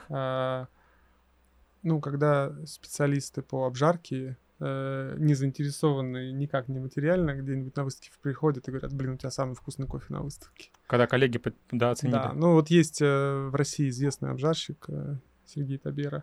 Ну, когда специалисты по обжарке не заинтересованы никак не материально, где-нибудь на выставке приходят и говорят: блин, у тебя самый вкусный кофе на выставке. Когда коллеги оценили. Да, ну вот есть в России известный обжарщик Сергей Табера.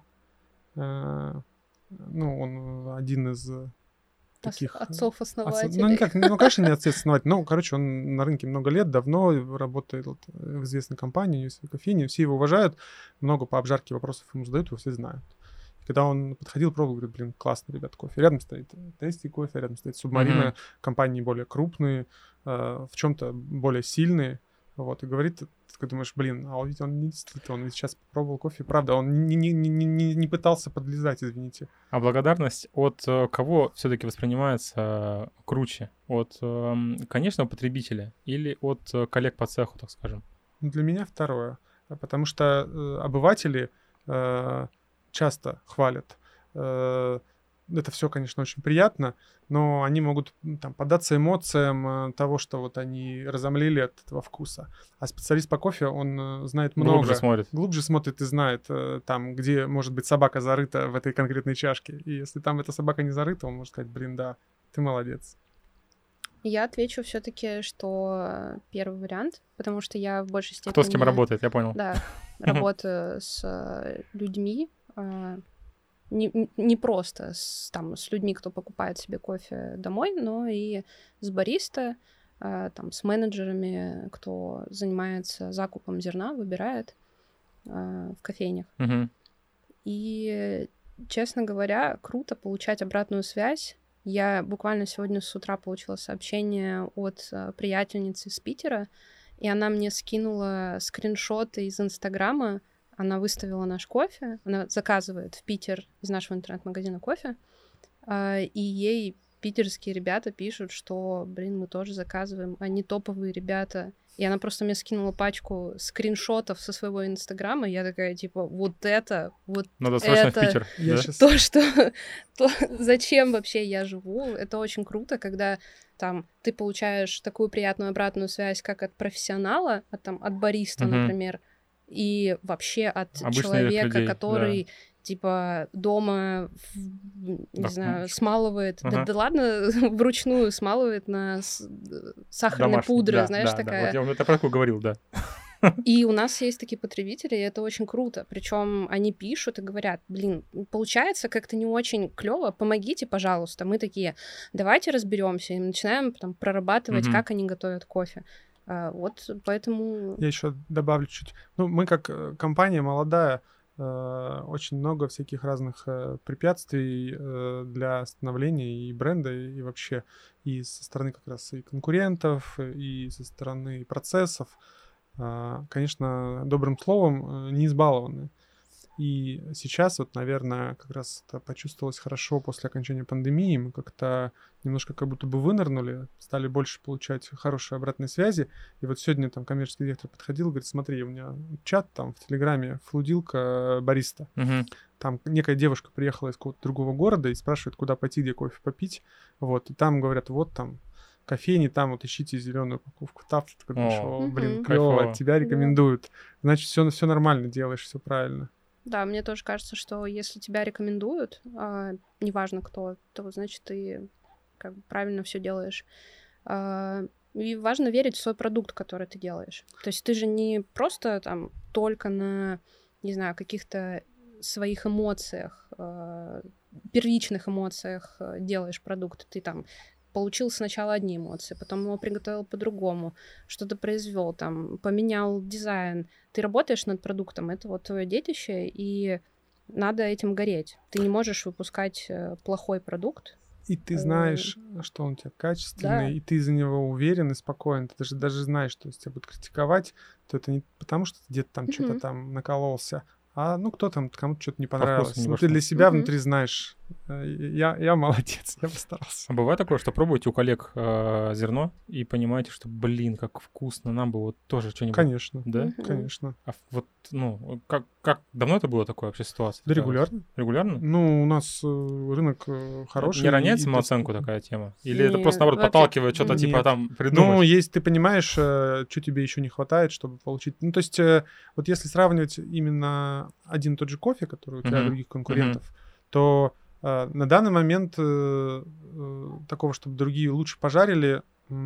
Ну, он один из таких... Отцов-основателей. Ну, никак, ну, конечно, не отцов-основателей. Ну, короче, он на рынке много лет, давно работает в известной компании, в кофейне. Все его уважают, много по обжарке вопросов ему задают, его все знают. И когда он подходил, пробовал, говорит: блин, классно, ребят, кофе. Рядом стоит Tasty кофе, рядом стоит Субмарина, компании более крупные, в чем-то более сильные. Вот, и говорит, ты думаешь: блин, а ведь он не действительно, он ведь сейчас попробовал кофе, правда, он не пытался подлезать, извините. А благодарность от кого все-таки воспринимается круче? От конечного потребителя или от коллег по цеху, так скажем? Для меня второе, потому что обыватели часто хвалят. Это все, конечно, очень приятно, но они могут там поддаться эмоциям того, что вот они разомлели от этого вкуса. А специалист по кофе, он знает много. Глубже смотрит и знает там, где, может быть, собака зарыта в этой конкретной чашке. И если там эта собака не зарыта, он может сказать: блин, да, ты молодец. Я отвечу все-таки, что первый вариант, потому что я в большей степени... Кто с кем работает, я понял. Да, работаю с людьми, не просто с людьми, кто покупает себе кофе домой, но и с бариста, там, с менеджерами, кто занимается закупом зерна, выбирает в кофейнях. И, честно говоря, круто получать обратную связь. Я буквально сегодня с утра получила сообщение от приятельницы из Питера, и она мне скинула скриншоты из Инстаграма. Она выставила наш кофе, она заказывает в Питер из нашего интернет-магазина кофе, и ей питерские ребята пишут, что, блин, мы тоже заказываем, они топовые ребята. И она просто мне скинула пачку скриншотов со своего Инстаграма, и я такая, типа, вот это, вот надо срочно в Питер. То, зачем вообще я живу. Это очень круто, когда там ты получаешь такую приятную обратную связь, как от профессионала, от бариста, например, и вообще от человека, людей, который, типа, дома, не знаю, смалывает, да ладно, вручную смалывает на сахарной пудре, знаешь, такая. Вот я это про такую говорил, да. И у нас есть такие потребители, и это очень круто. Причем они пишут и говорят: блин, получается как-то не очень клево, помогите, пожалуйста. Мы такие: давайте разберемся, и начинаем там прорабатывать, как они готовят кофе. Вот поэтому... Я еще добавлю чуть. Ну, мы как компания молодая, очень много всяких разных препятствий для становления и бренда, и вообще и со стороны как раз и конкурентов, и со стороны процессов. Конечно, добрым словом не избалованы. И сейчас вот, наверное, как раз это почувствовалось хорошо после окончания пандемии. Мы как-то немножко как будто бы вынырнули, стали больше получать хорошие обратные связи. И вот сегодня там коммерческий директор подходил, говорит, смотри, у меня чат там в Телеграме, флудилка бариста. Там некая девушка приехала из какого-то другого города и спрашивает, куда пойти, где кофе попить. Вот, и там говорят, вот там кофейни, там вот ищите зеленую упаковку тафты. Ты думаешь, о, блин, клево, тебя рекомендуют. Значит, все нормально делаешь, все правильно. Да, мне тоже кажется, что если тебя рекомендуют, неважно кто, то значит ты как бы правильно все делаешь. И важно верить в свой продукт, который ты делаешь. То есть ты же не просто там только на, не знаю, каких-то своих эмоциях, первичных эмоциях делаешь продукт. Ты там получил сначала одни эмоции, потом его приготовил по-другому, что-то произвел, там, поменял дизайн. Ты работаешь над продуктом, это вот твое детище, и надо этим гореть. Ты не можешь выпускать плохой продукт. И ты знаешь, что он у тебя качественный, и ты за него уверен и спокоен. Ты даже знаешь, что если тебя будут критиковать, то это не потому, что ты где-то там что-то там накололся, а ну кто там, кому-то что-то не понравилось. Ну, ты для себя внутри знаешь. Я молодец, я постарался. А бывает такое, что пробуете у коллег зерно и понимаете, что, блин, как вкусно, нам бы вот тоже что-нибудь... Конечно. Да? Конечно. А вот, ну, как давно это было такое вообще ситуация? Да регулярно. Регулярно? Ну, у нас рынок хороший. Не роняет самооценку такая тема? Или это просто, наоборот, подталкивает что-то типа там придумать? Ну, есть, ты понимаешь, что тебе еще не хватает, чтобы получить... Ну, то есть, вот если сравнивать именно один и тот же кофе, который у тебя других конкурентов, то на данный момент такого, чтобы другие лучше пожарили,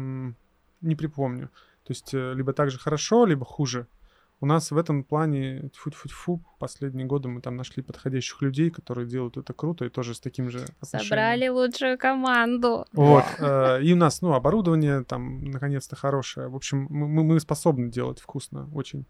не припомню. То есть либо так же хорошо, либо хуже. У нас в этом плане тьфу-тьфу-тьфу, последние годы мы там нашли подходящих людей, которые делают это круто и тоже с таким же отношением. Собрали лучшую команду. Вот. И у нас, ну, оборудование там наконец-то хорошее. В общем, мы способны делать вкусно очень.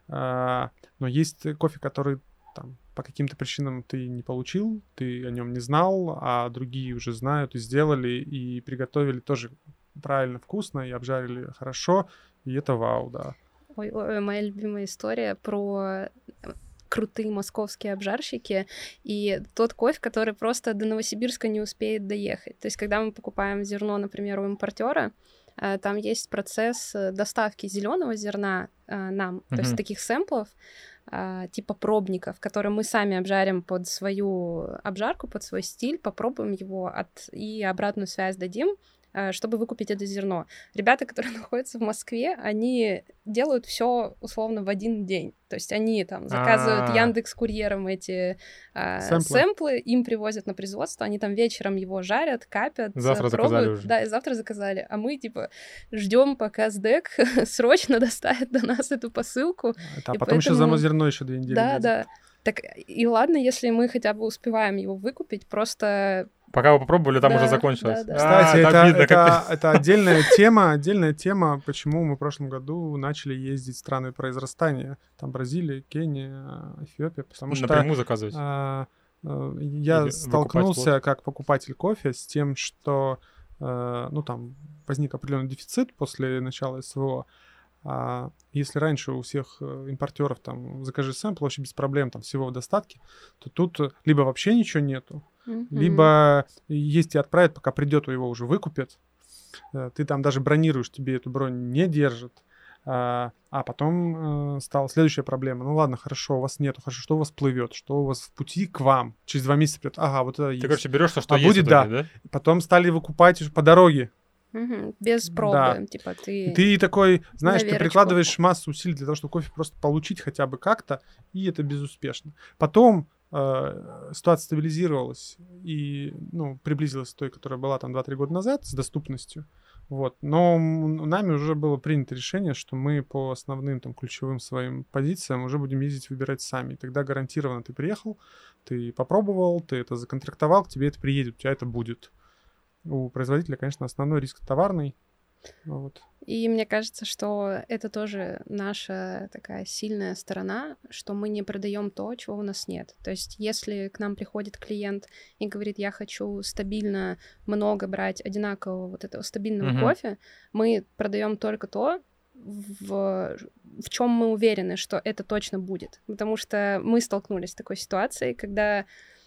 Но есть кофе, который там по каким-то причинам ты не получил, ты о нем не знал, а другие уже знают и сделали, и приготовили тоже правильно, вкусно, и обжарили хорошо, и это вау, да. Ой, моя любимая история про крутые московские обжарщики и тот кофе, который просто до Новосибирска не успеет доехать. То есть, когда мы покупаем зерно, например, у импортера, там есть процесс доставки зеленого зерна нам, то есть таких сэмплов, типа пробников, которые мы сами обжарим под свою обжарку, под свой стиль, попробуем его и обратную связь дадим, чтобы выкупить это зерно. Ребята, которые находятся в Москве, они делают все условно в один день. То есть они там заказывают Яндекс.Курьером эти сэмплы, им привозят на производство, они там вечером его жарят, капят, завтра пробуют. Заказали уже. Да, и завтра заказали. А мы типа ждем, пока СДЭК срочно доставит до нас эту посылку. А потом еще за зерно еще 2 недели. Да. Так и ладно, если мы хотя бы успеваем его выкупить, просто... Пока вы попробовали, там уже закончилось. Да. Кстати, это отдельная тема, почему мы в прошлом году начали ездить в страны произрастания. Там Бразилия, Кения, Эфиопия. Потому что напрямую заказывать. Я столкнулся как покупатель кофе с тем, что ну там возник определенный дефицит после начала СВО. Если раньше у всех импортеров там закажи сэмпл, вообще без проблем, там всего в достатке, то тут либо вообще ничего нету, либо есть и отправят, пока придет, его уже выкупят. Ты там даже бронируешь, тебе эту бронь не держат. А потом стала следующая проблема. Ну ладно, хорошо, у вас нету, хорошо, что у вас плывет, что у вас в пути к вам. Через 2 месяца придет. Ага, вот это есть. Ты, короче, берешь то, что есть. Будет, да. Потом стали выкупать уже по дороге. Без пробы, да. Типа ты такой, знаешь, ты прикладываешь массу усилий для того, чтобы кофе просто получить хотя бы как-то, и это безуспешно. Потом ситуация стабилизировалась и, ну, приблизилась к той, которая была там 2-3 года назад с доступностью. Вот. Но нами уже было принято решение, что мы по основным там ключевым своим позициям уже будем ездить выбирать сами. И тогда гарантированно ты приехал, ты попробовал, ты это законтрактовал, к тебе это приедет, у тебя это будет. У производителя, конечно, основной риск товарный, Вот. И мне кажется, что это тоже наша такая сильная сторона, что мы не продаем то, чего у нас нет. То есть если к нам приходит клиент и говорит, я хочу стабильно много брать одинакового вот этого стабильного кофе, мы продаем только то, в чем мы уверены, что это точно будет. Потому что мы столкнулись с такой ситуацией, когда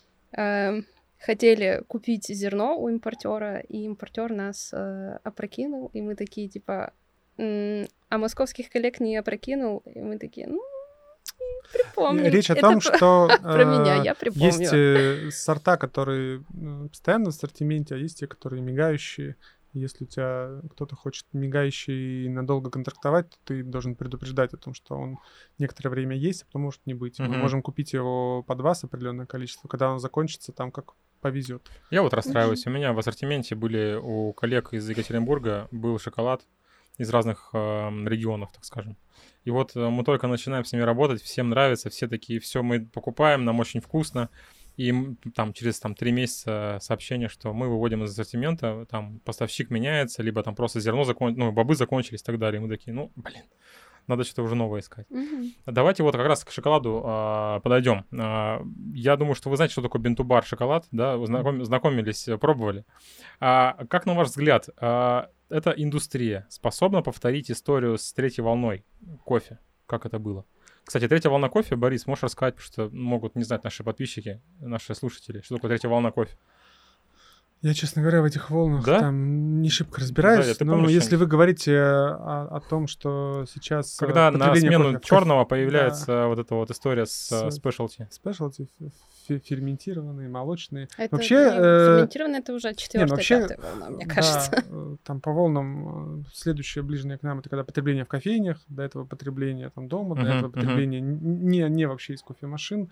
хотели купить зерно у импортера, и импортер нас опрокинул, и мы такие, типа, а московских коллег не опрокинул, и мы такие, ну, припомним. Речь о том, что про меня, я припомню. есть сорта, которые постоянно в ассортименте, а есть те, которые мигающие. Если у тебя кто-то хочет мигающий надолго контрактовать, то ты должен предупреждать о том, что он некоторое время есть, а потом может не быть. Мы можем купить его под вас определенное количество. Когда он закончится, там как повезет. Я вот расстраиваюсь. У меня в ассортименте были у коллег из Екатеринбурга был шоколад из разных регионов, так скажем. И вот мы только начинаем с ними работать, всем нравится, все такие, все мы покупаем, нам очень вкусно. И там через 3 месяца сообщение, что мы выводим из ассортимента, там поставщик меняется, либо там просто зерно бобы закончились и так далее. И мы такие, надо что-то уже новое искать. Давайте вот как раз к шоколаду подойдем. Я думаю, что вы знаете, что такое бинту-бар шоколад, да? Вы знакомились, пробовали. Как на ваш взгляд, эта индустрия способна повторить историю с третьей волной кофе? Как это было? Кстати, третья волна кофе, Борис, можешь рассказать, потому что могут не знать наши подписчики, наши слушатели, что такое третья волна кофе? Я, честно говоря, в этих волнах там не шибко разбираюсь. Да, но помнишь, если вы говорите о том, что сейчас... Когда на смену черного появляется вот эта вот история с спешлти. Спешлти, ферментированные, молочные. Это вообще, ферментированные — это уже 4-5 волна, мне кажется. Да, там по волнам следующее ближнее к нам — это когда потребление в кофейнях, до этого потребление там дома, до этого потребление не вообще из кофемашин.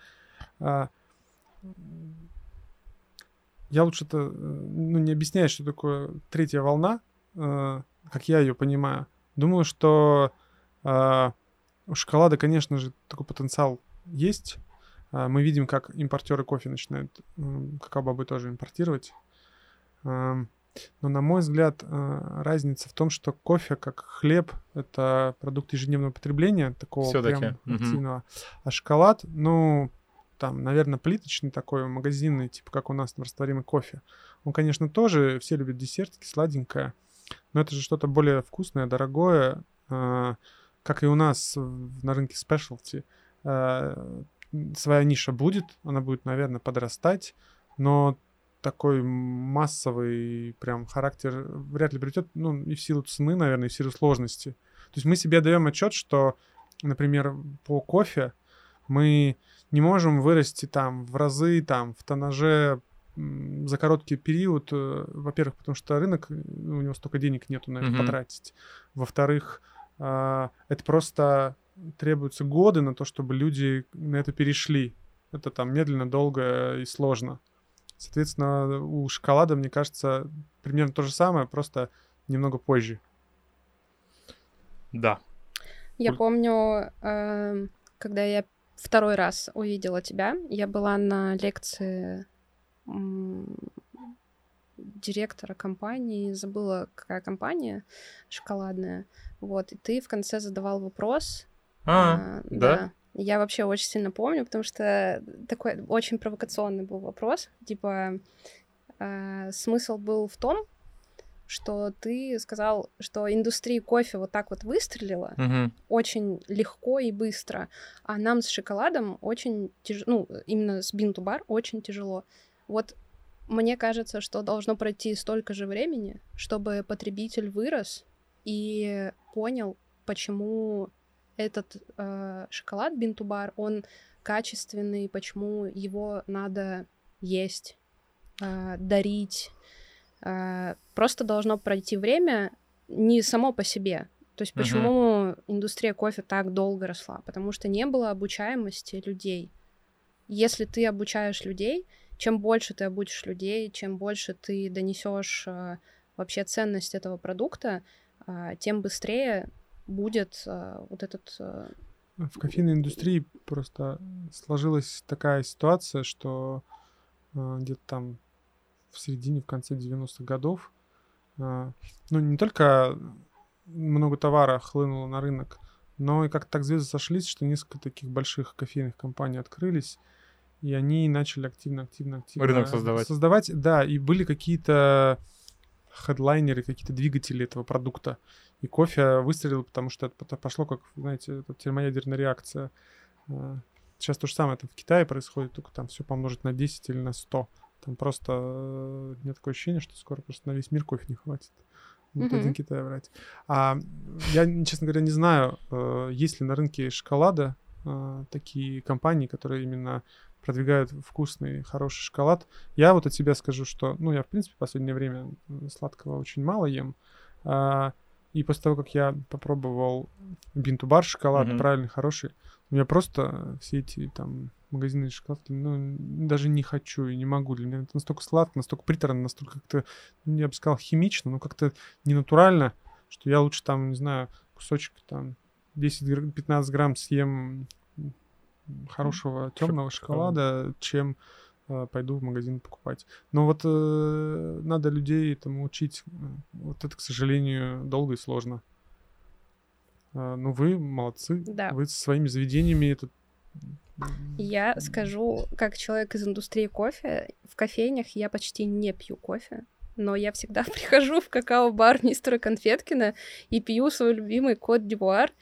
Я лучше-то не объясняю, что такое третья волна, как я ее понимаю. Думаю, что у шоколада, конечно же, такой потенциал есть. Мы видим, как импортеры кофе начинают какао-бобы тоже импортировать. Но, на мой взгляд, разница в том, что кофе, как хлеб, это продукт ежедневного потребления, такого всё-таки прям активного. А шоколад, там, наверное, плиточный такой, магазинный, типа как у нас там растворимый кофе. Он, конечно, тоже, все любят десертики, сладенькое, но это же что-то более вкусное, дорогое, как и у нас на рынке спешлти. Своя ниша будет, она будет, наверное, подрастать, но такой массовый прям характер вряд ли придет, и в силу цены, наверное, и в силу сложности. То есть мы себе даем отчет, что, например, по кофе мы не можем вырасти там в разы, там, в тоннаже за короткий период. Во-первых, потому что рынок, у него столько денег нету на это потратить. Во-вторых, это просто требуются годы на то, чтобы люди на это перешли. Это там медленно, долго и сложно. Соответственно, у шоколада, мне кажется, примерно то же самое, просто немного позже. Да. Я помню, когда я второй раз увидела тебя, я была на лекции директора компании, забыла, какая компания шоколадная, вот, и ты в конце задавал вопрос. Да. Я вообще очень сильно помню, потому что такой очень провокационный был вопрос, типа, смысл был в том, что ты сказал, что индустрия кофе вот так вот выстрелила очень легко и быстро, а нам с шоколадом очень тяжело, именно с бинту-бар очень тяжело. Вот мне кажется, что должно пройти столько же времени, чтобы потребитель вырос и понял, почему этот шоколад бинту-бар, он качественный, почему его надо есть, дарить. Просто должно пройти время не само по себе. То есть почему индустрия кофе так долго росла? Потому что не было обучаемости людей. Если ты обучаешь людей, чем больше ты обучишь людей, чем больше ты донесешь вообще ценность этого продукта, тем быстрее будет вот этот... В кофейной индустрии просто сложилась такая ситуация, что где-то там в середине, в конце 90-х годов не только много товара хлынуло на рынок, но и как-то так звезды сошлись, что несколько таких больших кофейных компаний открылись, и они начали активно рынок создавать. Да, и были какие-то хедлайнеры, какие-то двигатели этого продукта. И кофе выстрелил, потому что это пошло, как, знаете, это термоядерная реакция. Сейчас то же самое там в Китае происходит, только там все помножить на 10 или на 100. Там просто нет такое ощущение, что скоро просто на весь мир кофе не хватит. Вот один Китай брать. Я, честно говоря, не знаю, есть ли на рынке шоколада такие компании, которые именно продвигают вкусный, хороший шоколад. Я вот от себя скажу, что, я, в принципе, в последнее время сладкого очень мало ем. И после того, как я попробовал Bean-to-Bar шоколад, правильный, хороший, у меня просто все эти там магазинные шоколадки, даже не хочу и не могу. Для меня это настолько сладко, настолько приторно, настолько как-то, я бы сказал, химично, но как-то ненатурально, что я лучше там, не знаю, кусочек там 10-15 грамм съем хорошего темного шоколада, чем пойду в магазин покупать. Но вот надо людей этому учить. Вот это, к сожалению, долго и сложно. Вы молодцы. Да. Вы со своими заведениями это... Я скажу, как человек из индустрии кофе, в кофейнях я почти не пью кофе, но я всегда прихожу в какао-бар мистера Конфеткина и пью свой любимый Кот д'Ивуар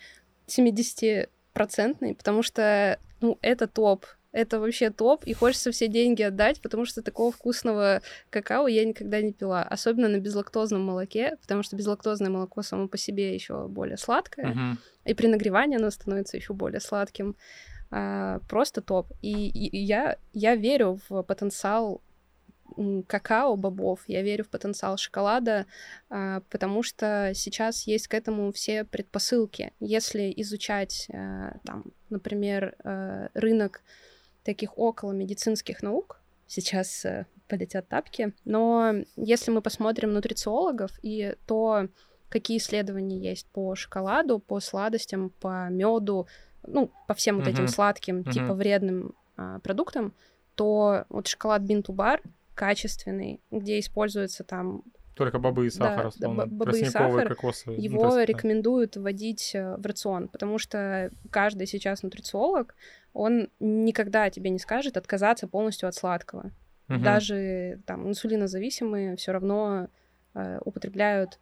70%, потому что, это топ. Это вообще топ, и хочется все деньги отдать, потому что такого вкусного какао я никогда не пила, особенно на безлактозном молоке, потому что безлактозное молоко само по себе еще более сладкое, и при нагревании оно становится еще более сладким. Просто топ. И я верю в потенциал какао-бобов, я верю в потенциал шоколада, потому что сейчас есть к этому все предпосылки. Если изучать, например, рынок таких около медицинских наук, сейчас полетят тапки, но если мы посмотрим нутрициологов и то, какие исследования есть по шоколаду, по сладостям, по меду, по всем вот этим сладким, типа вредным продуктам, то вот шоколад Bean-to-Bar качественный, где используется там... Только бобы и сахар, бобы и сахар, кокосовый. его рекомендуют вводить в рацион, потому что каждый сейчас нутрициолог, он никогда тебе не скажет отказаться полностью от сладкого. Даже там инсулинозависимые все равно употребляют,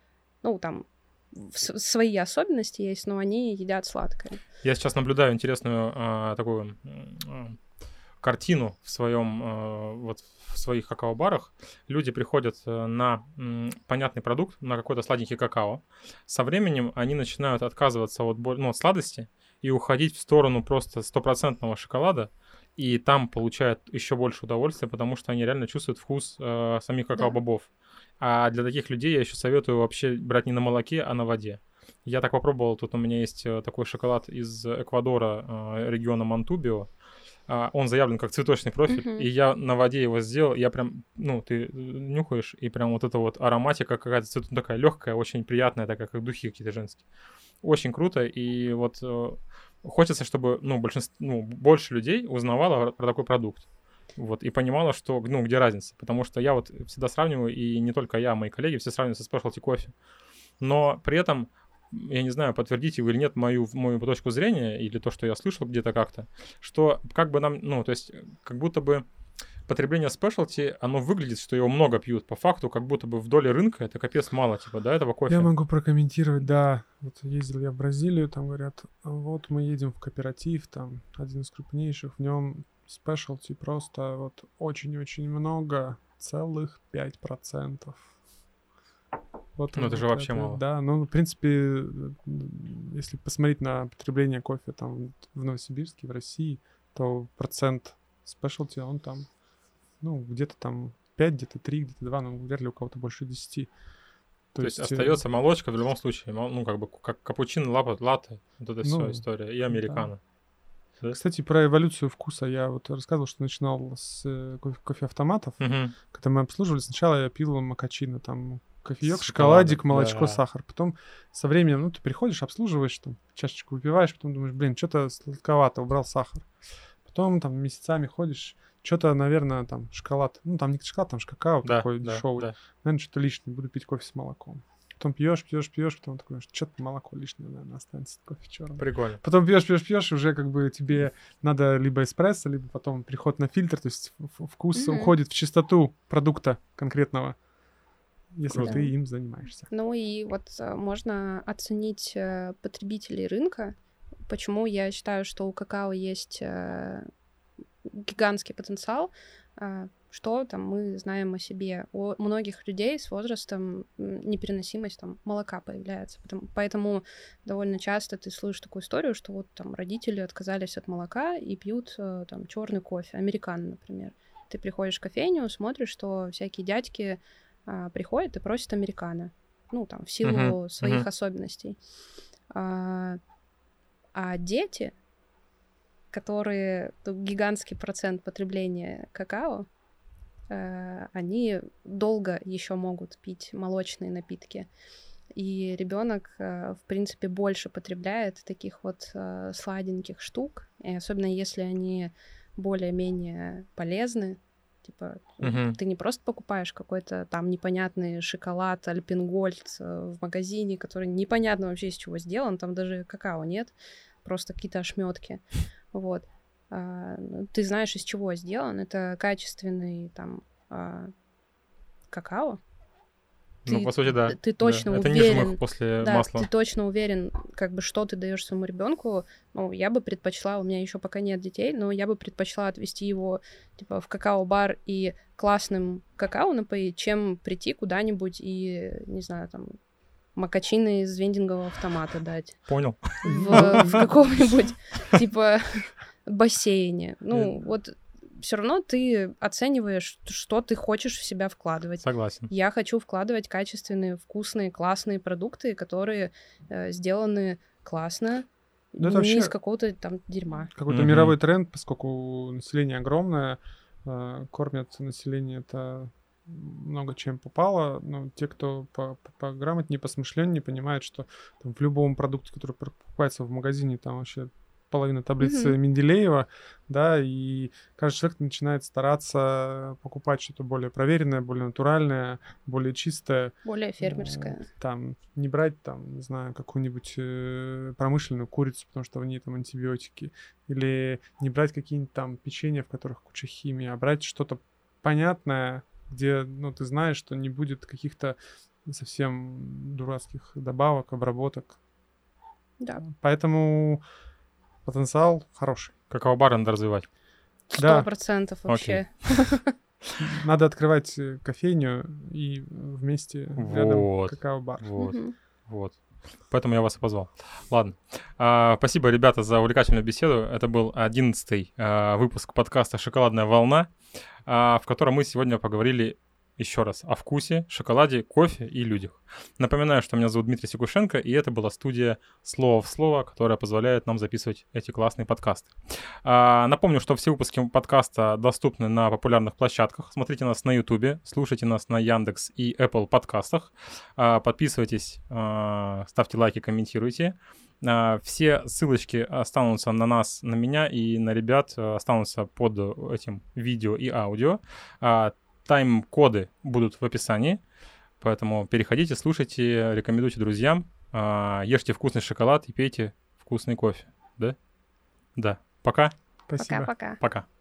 свои особенности есть, но они едят сладкое. Я сейчас наблюдаю интересную такую картину в своих какао-барах. Люди приходят на понятный продукт, на какой-то сладенький какао. Со временем они начинают отказываться от сладости и уходить в сторону просто 100% шоколада, и там получают еще больше удовольствия, потому что они реально чувствуют вкус самих какао-бобов. А для таких людей я еще советую вообще брать не на молоке, а на воде. Я так попробовал, тут у меня есть такой шоколад из Эквадора, региона Монтубио. Он заявлен как цветочный профиль, и я на воде его сделал, я прям, ты нюхаешь, и прям вот эта вот ароматика какая-то такая легкая, очень приятная, такая, как духи какие-то женские. Очень круто, и вот хочется, чтобы, больше людей узнавало про такой продукт. Вот, и понимала, что, где разница. Потому что я вот всегда сравниваю, и не только я, мои коллеги, все сравнивают со спешлти кофе. Но при этом, я не знаю, подтвердите вы или нет мою точку зрения, или то, что я слышал где-то как-то, что как бы нам, то есть как будто бы потребление спешлти, оно выглядит, что его много пьют. По факту, как будто бы в доле рынка это капец мало, этого кофе. Я могу прокомментировать, да. Вот ездил я в Бразилию, там говорят, вот мы едем в кооператив, там один из крупнейших, в нем спешлти просто вот очень-очень много, целых 5%. Вот это же вообще мало. Да, в принципе, если посмотреть на потребление кофе там в Новосибирске, в России, то процент спешлти, он там, где-то там 5, где-то 3, где-то 2, вряд ли у кого-то больше 10. То есть остается молочка в любом случае, как бы как капучино, латте, вот это все история, и американо. Да. Кстати, про эволюцию вкуса я вот рассказывал, что начинал с кофе-автоматов. Когда мы обслуживали, сначала я пил макачино, там кофеек, шоколадик, молочко, сахар. Потом со временем, ты приходишь, обслуживаешь, там, чашечку выпиваешь, потом думаешь, что-то сладковато, убрал сахар. потом там месяцами ходишь, что-то, наверное, там шоколад, ну там не шоколад, там же какао такой дешевый, наверное, что-то лишнее, буду пить кофе с молоком. Потом пьешь, потом такой, что-то молоко лишнее, наверное, останется, кофе черный. Прикольно. Потом пьешь, уже как бы тебе надо либо эспрессо, либо потом переход на фильтр, то есть вкус уходит в чистоту продукта конкретного, если ты им занимаешься. Ну и вот можно оценить потребителей рынка. Почему я считаю, что у какао есть гигантский потенциал, что там мы знаем о себе. У многих людей с возрастом непереносимость там молока появляется. Поэтому довольно часто ты слышишь такую историю, что вот там родители отказались от молока и пьют там черный кофе, американо, например. Ты приходишь в кофейню, смотришь, что всякие дядьки приходят и просят американо. Ну, там, в силу своих особенностей. А дети, которые гигантский процент потребления какао, они долго еще могут пить молочные напитки. И ребенок, в принципе, больше потребляет таких вот сладеньких штук, и особенно если они более-менее полезны. Типа, ты не просто покупаешь какой-то там непонятный шоколад Альпенгольд в магазине, который непонятно вообще из чего сделан, там даже какао нет, просто какие-то ошметки. Вот. Ты знаешь, из чего сделан. Это качественный там какао. Ну, по сути, да. Ты точно уверен. Это не жмых после масла. Ты точно уверен, как бы, что ты даешь своему ребенку. Ну, я бы предпочла, у меня еще пока нет детей, но я бы предпочла отвезти его, типа, в какао-бар и классным какао напоить, чем прийти куда-нибудь и, не знаю, там, макачины из вендингового автомата дать. Понял. В каком-нибудь, типа, бассейне. Ну, вот все равно ты оцениваешь, что ты хочешь в себя вкладывать. Согласен. Я хочу вкладывать качественные, вкусные, классные продукты, которые сделаны классно, не из какого-то там дерьма. Какой-то мировой тренд, поскольку население огромное, кормят население это много чем попало, но те, кто пограмотнее, посмышленнее, понимают, что там, в любом продукте, который покупается в магазине, там вообще половина таблицы Менделеева, да, и каждый человек начинает стараться покупать что-то более проверенное, более натуральное, более чистое. Более фермерское. Там, не брать, там, не знаю, какую-нибудь промышленную курицу, потому что в ней там антибиотики, или не брать какие-нибудь там печенья, в которых куча химии, а брать что-то понятное, где, ну, ты знаешь, что не будет каких-то совсем дурацких добавок, обработок. Да. Поэтому потенциал хороший. Какао-бар надо развивать. 100% вообще. Надо открывать кофейню и вместе рядом какао-бар. Вот. Поэтому я вас и позвал. Ладно. Спасибо, ребята, за увлекательную беседу. Это был 11-й выпуск подкаста «Шоколадная волна», в котором мы сегодня поговорили еще раз о вкусе, шоколаде, кофе и людях. Напоминаю, что меня зовут Дмитрий Сикушенко, и это была студия «Слово в слово», которая позволяет нам записывать эти классные подкасты. Напомню, что все выпуски подкаста доступны на популярных площадках. Смотрите нас на YouTube, слушайте нас на Яндекс и Apple подкастах. Подписывайтесь, ставьте лайки, комментируйте. Все ссылочки останутся на нас, на меня и на ребят, останутся под этим видео и аудио. Тайм-коды будут в описании, поэтому переходите, слушайте, рекомендуйте друзьям, ешьте вкусный шоколад и пейте вкусный кофе, да? Да. Пока. Спасибо. Пока-пока. Пока.